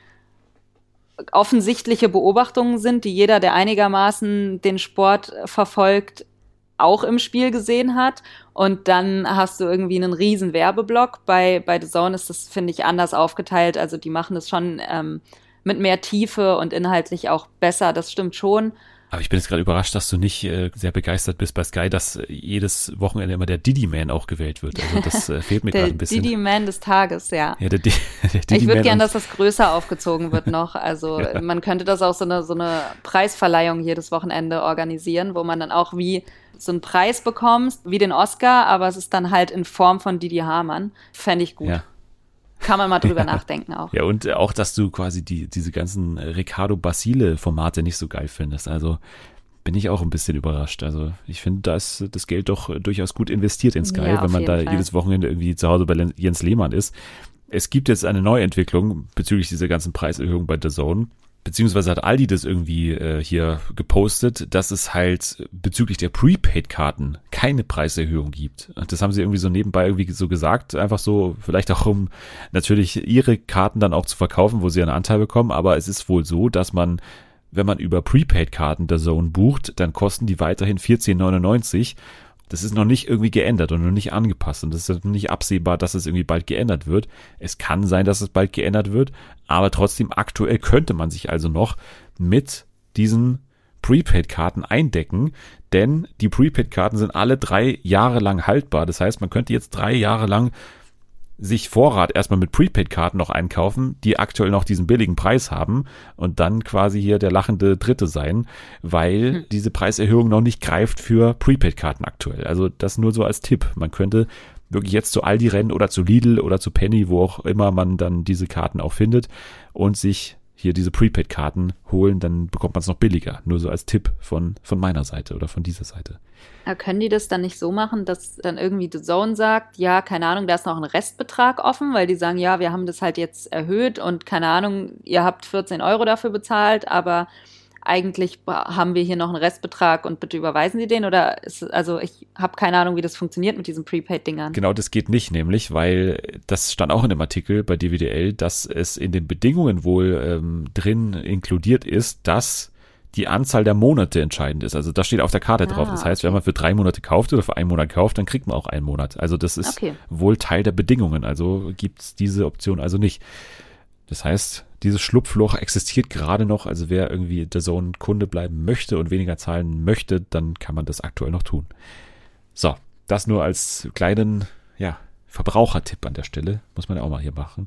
offensichtliche Beobachtungen sind, die jeder, der einigermaßen den Sport verfolgt, auch im Spiel gesehen hat. Und dann hast du irgendwie einen riesen Werbeblock. Bei The Zone ist das, finde ich, anders aufgeteilt. Also die machen das schon mit mehr Tiefe und inhaltlich auch besser. Das stimmt schon. Aber ich bin jetzt gerade überrascht, dass du nicht sehr begeistert bist bei Sky, dass jedes Wochenende immer der Didi-Man auch gewählt wird. Also das fehlt mir gerade ein bisschen. Der Didi-Man des Tages, ja. Der Didi-Man. Ich würde gern, dass das größer aufgezogen wird noch. Also man könnte das auch so eine Preisverleihung jedes Wochenende organisieren, wo man dann auch wie so einen Preis bekommst, wie den Oscar, aber es ist dann halt in Form von Didi Hamann. Fände ich gut. Ja. Kann man mal drüber nachdenken auch. Ja, und auch, dass du quasi diese ganzen Riccardo Basile-Formate nicht so geil findest. Also bin ich auch ein bisschen überrascht. Also ich finde, da ist das Geld doch durchaus gut investiert in Sky, wenn man da jedes Wochenende irgendwie zu Hause bei Jens Lehmann ist. Es gibt jetzt eine Neuentwicklung bezüglich dieser ganzen Preiserhöhung bei The Zone. Beziehungsweise hat Aldi das irgendwie hier gepostet, dass es halt bezüglich der Prepaid-Karten keine Preiserhöhung gibt. Und das haben sie irgendwie so nebenbei irgendwie so gesagt, einfach so, vielleicht auch um natürlich ihre Karten dann auch zu verkaufen, wo sie einen Anteil bekommen. Aber es ist wohl so, dass man, wenn man über Prepaid-Karten der Zone bucht, dann kosten die weiterhin 14,99. Das ist noch nicht irgendwie geändert und noch nicht angepasst und es ist noch nicht absehbar, dass es irgendwie bald geändert wird. Es kann sein, dass es bald geändert wird, aber trotzdem aktuell könnte man sich also noch mit diesen Prepaid-Karten eindecken, denn die Prepaid-Karten sind alle 3 Jahre lang haltbar. Das heißt, man könnte jetzt 3 Jahre lang sich Vorrat erstmal mit Prepaid-Karten noch einkaufen, die aktuell noch diesen billigen Preis haben und dann quasi hier der lachende Dritte sein, weil diese Preiserhöhung noch nicht greift für Prepaid-Karten aktuell. Also das nur so als Tipp. Man könnte wirklich jetzt zu Aldi rennen oder zu Lidl oder zu Penny, wo auch immer man dann diese Karten auch findet und sich hier diese Prepaid-Karten holen, dann bekommt man es noch billiger. Nur so als Tipp von meiner Seite oder von dieser Seite. Aber können die das dann nicht so machen, dass dann irgendwie The Zone sagt, ja, keine Ahnung, da ist noch ein Restbetrag offen, weil die sagen, ja, wir haben das halt jetzt erhöht und keine Ahnung, ihr habt 14 € dafür bezahlt, aber eigentlich haben wir hier noch einen Restbetrag und bitte überweisen Sie den? Oder also ich habe keine Ahnung, wie das funktioniert mit diesen Prepaid-Dingern. Genau, das geht nicht nämlich, weil das stand auch in dem Artikel bei DWDL, dass es in den Bedingungen wohl drin inkludiert ist, dass die Anzahl der Monate entscheidend ist. Also das steht auf der Karte drauf. Das heißt, wenn man für 3 Monate kauft oder für 1 Monat kauft, dann kriegt man auch 1 Monat. Also das ist wohl Teil der Bedingungen. Also gibt's diese Option also nicht. Das heißt, dieses Schlupfloch existiert gerade noch. Also wer irgendwie der Zone-Kunde bleiben möchte und weniger zahlen möchte, dann kann man das aktuell noch tun. So, das nur als kleinen Verbrauchertipp an der Stelle. Muss man ja auch mal hier machen.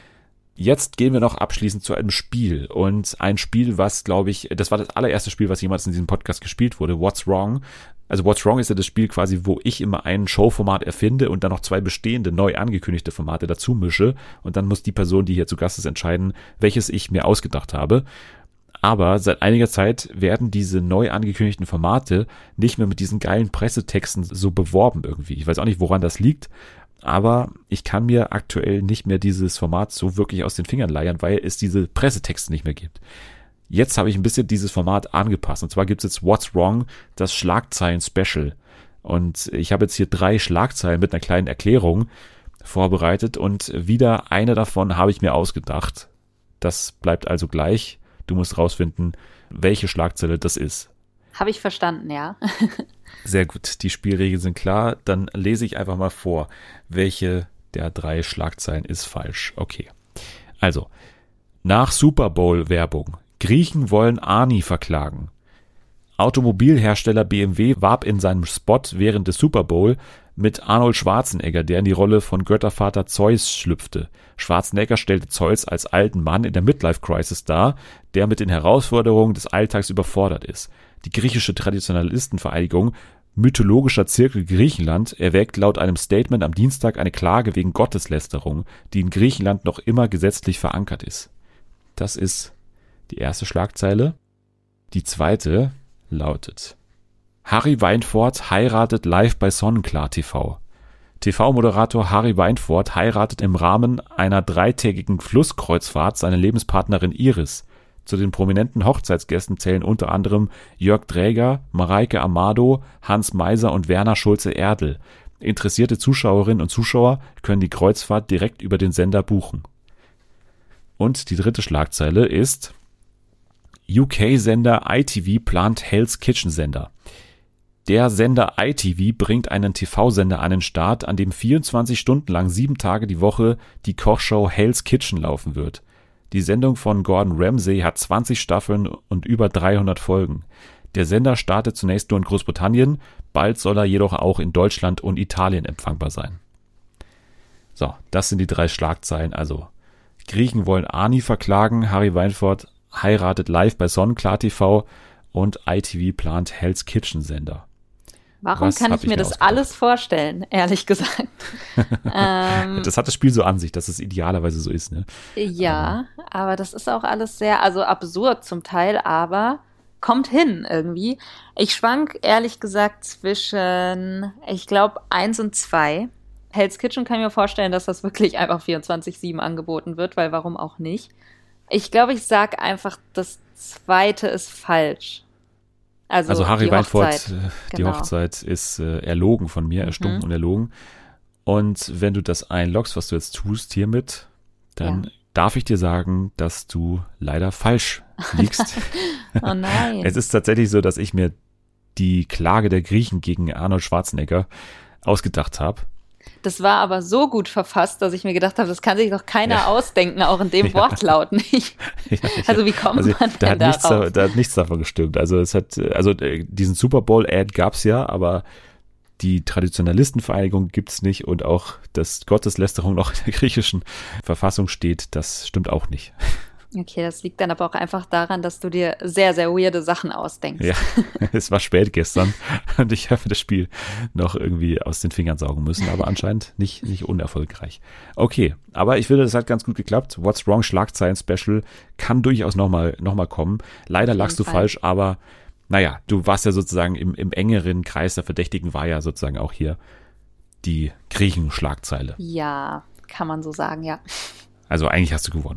Jetzt gehen wir noch abschließend zu einem Spiel. Und ein Spiel, was, glaube ich, das war das allererste Spiel, was jemals in diesem Podcast gespielt wurde. What's Wrong? Also What's Wrong ist ja das Spiel quasi, wo ich immer ein Showformat erfinde und dann noch 2 bestehende, neu angekündigte Formate dazu mische. Und dann muss die Person, die hier zu Gast ist, entscheiden, welches ich mir ausgedacht habe. Aber seit einiger Zeit werden diese neu angekündigten Formate nicht mehr mit diesen geilen Pressetexten so beworben irgendwie. Ich weiß auch nicht, woran das liegt. Aber ich kann mir aktuell nicht mehr dieses Format so wirklich aus den Fingern leiern, weil es diese Pressetexte nicht mehr gibt. Jetzt habe ich ein bisschen dieses Format angepasst. Und zwar gibt es jetzt What's Wrong, das Schlagzeilen-Special. Und ich habe jetzt hier 3 Schlagzeilen mit einer kleinen Erklärung vorbereitet. Und wieder eine davon habe ich mir ausgedacht. Das bleibt also gleich. Du musst rausfinden, welche Schlagzeile das ist. Habe ich verstanden, ja. Sehr gut, die Spielregeln sind klar. Dann lese ich einfach mal vor, welche der 3 Schlagzeilen ist falsch. Okay, also, nach Super Bowl-Werbung. Griechen wollen Arnie verklagen. Automobilhersteller BMW warb in seinem Spot während des Super Bowl mit Arnold Schwarzenegger, der in die Rolle von Göttervater Zeus schlüpfte. Schwarzenegger stellte Zeus als alten Mann in der Midlife-Crisis dar, der mit den Herausforderungen des Alltags überfordert ist. Die griechische Traditionalistenvereinigung Mythologischer Zirkel Griechenland erwägt laut einem Statement am Dienstag eine Klage wegen Gotteslästerung, die in Griechenland noch immer gesetzlich verankert ist. Das ist die erste Schlagzeile. Die zweite lautet: Harry Weinfurt heiratet live bei Sonnenklar TV. TV-Moderator Harry Weinfurt heiratet im Rahmen einer 3-tägigen Flusskreuzfahrt seine Lebenspartnerin Iris. Zu den prominenten Hochzeitsgästen zählen unter anderem Jörg Dräger, Mareike Amado, Hans Meiser und Werner Schulze-Erdl. Interessierte Zuschauerinnen und Zuschauer können die Kreuzfahrt direkt über den Sender buchen. Und die dritte Schlagzeile ist: UK-Sender ITV plant Hell's Kitchen-Sender. Der Sender ITV bringt einen TV-Sender an den Start, an dem 24 Stunden lang 7 Tage die Woche die Kochshow Hell's Kitchen laufen wird. Die Sendung von Gordon Ramsay hat 20 Staffeln und über 300 Folgen. Der Sender startet zunächst nur in Großbritannien, bald soll er jedoch auch in Deutschland und Italien empfangbar sein. So, das sind die 3 Schlagzeilen. Also, Griechen wollen Arni verklagen, Harry Weinfurt heiratet live bei Sonnenklar TV und ITV plant Hell's Kitchen Sender. Warum kann ich mir das alles vorstellen, ehrlich gesagt? Das hat das Spiel so an sich, dass es idealerweise so ist, ne? Ja, aber das ist auch alles sehr, also absurd zum Teil, aber kommt hin irgendwie. Ich schwank ehrlich gesagt zwischen, ich glaube, 1 und 2. Hell's Kitchen kann ich mir vorstellen, dass das wirklich einfach 24/7 angeboten wird, weil warum auch nicht? Ich glaube, ich sag einfach, das 2. ist falsch. Also Harry Weinfurt, die genau. Hochzeit ist erlogen von mir, erstunken und erlogen. Und wenn du das einloggst, was du jetzt tust hiermit, dann darf ich dir sagen, dass du leider falsch liegst. Oh nein. Es ist tatsächlich so, dass ich mir die Klage der Griechen gegen Arnold Schwarzenegger ausgedacht habe. Das war aber so gut verfasst, dass ich mir gedacht habe, das kann sich doch keiner ausdenken, auch in dem Wortlaut nicht. Also wie kommt man denn darauf? Da hat nichts davon gestimmt. Also diesen Super Bowl-Ad gab's ja, aber die Traditionalistenvereinigung gibt's nicht und auch, dass Gotteslästerung noch in der griechischen Verfassung steht, das stimmt auch nicht. Okay, das liegt dann aber auch einfach daran, dass du dir sehr, sehr weirde Sachen ausdenkst. Ja, es war spät gestern und ich habe das Spiel noch irgendwie aus den Fingern saugen müssen, aber anscheinend nicht unerfolgreich. Okay, aber ich finde, das hat ganz gut geklappt. What's Wrong Schlagzeilen Special kann durchaus noch mal kommen. Leider lagst du falsch, aber naja, du warst ja sozusagen im engeren Kreis der Verdächtigen, war ja sozusagen auch hier die Griechen-Schlagzeile. Ja, kann man so sagen, ja. Also eigentlich hast du gewonnen.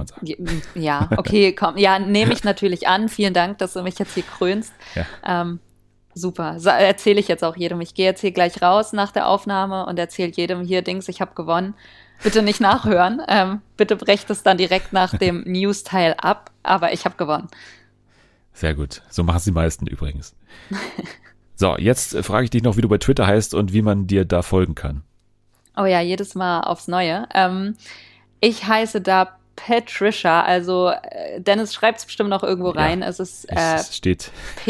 Ja, okay, komm. Ja, nehme ich natürlich an. Vielen Dank, dass du mich jetzt hier krönst. Ja. Super. Erzähle ich jetzt auch jedem. Ich gehe jetzt hier gleich raus nach der Aufnahme und erzähle jedem hier, Dings, ich habe gewonnen. Bitte nicht nachhören. Bitte brecht es dann direkt nach dem News-Teil ab. Aber ich habe gewonnen. Sehr gut. So machen es die meisten übrigens. So, jetzt frage ich dich noch, wie du bei Twitter heißt und wie man dir da folgen kann. Oh ja, jedes Mal aufs Neue. Ich heiße da Patricia, also Dennis schreibt es bestimmt noch irgendwo rein. Ja, es ist steht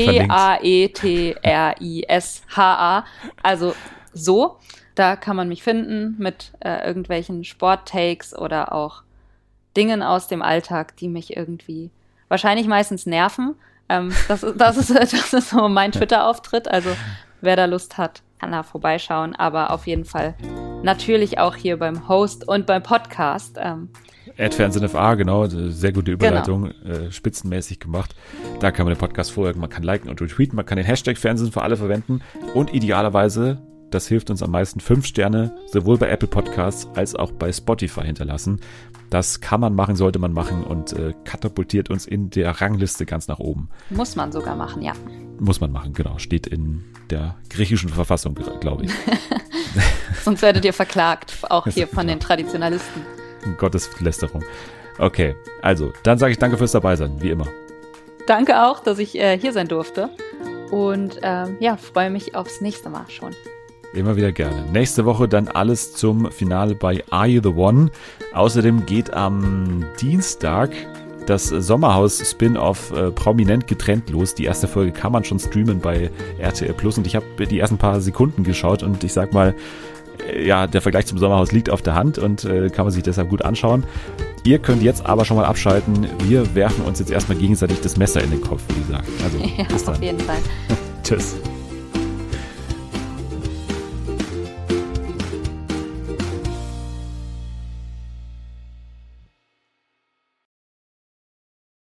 Paetrisha, also so. Da kann man mich finden mit irgendwelchen Sporttakes oder auch Dingen aus dem Alltag, die mich irgendwie wahrscheinlich meistens nerven. Das ist so mein Twitter-Auftritt. Also wer da Lust hat, kann da vorbeischauen. Aber auf jeden Fall natürlich auch hier beim Host und beim Podcast. @FernsehenFA, genau, sehr gute Überleitung, genau. Spitzenmäßig gemacht. Da kann man den Podcast folgen, man kann liken und retweeten, man kann den Hashtag Fernsehen für alle verwenden und idealerweise, das hilft uns am meisten, 5 Sterne sowohl bei Apple Podcasts als auch bei Spotify hinterlassen. Das kann man machen, sollte man machen und katapultiert uns in der Rangliste ganz nach oben. Muss man sogar machen, ja. Muss man machen, genau. Steht in der griechischen Verfassung, glaube ich. Sonst werdet ihr verklagt, auch hier von den Traditionalisten. Gotteslästerung. Okay, also, dann sage ich danke fürs Dabeisein, wie immer. Danke auch, dass ich hier sein durfte und freue mich aufs nächste Mal schon. Immer wieder gerne. Nächste Woche dann alles zum Finale bei Are You the One? Außerdem geht am Dienstag das Sommerhaus-Spin-Off prominent getrennt los. Die erste Folge kann man schon streamen bei RTL Plus und ich habe die ersten paar Sekunden geschaut und ich sag mal, ja, der Vergleich zum Sommerhaus liegt auf der Hand und kann man sich deshalb gut anschauen. Ihr könnt jetzt aber schon mal abschalten. Wir werfen uns jetzt erstmal gegenseitig das Messer in den Kopf, wie gesagt. Also, ja, bis dann. Auf jeden Fall. Tschüss.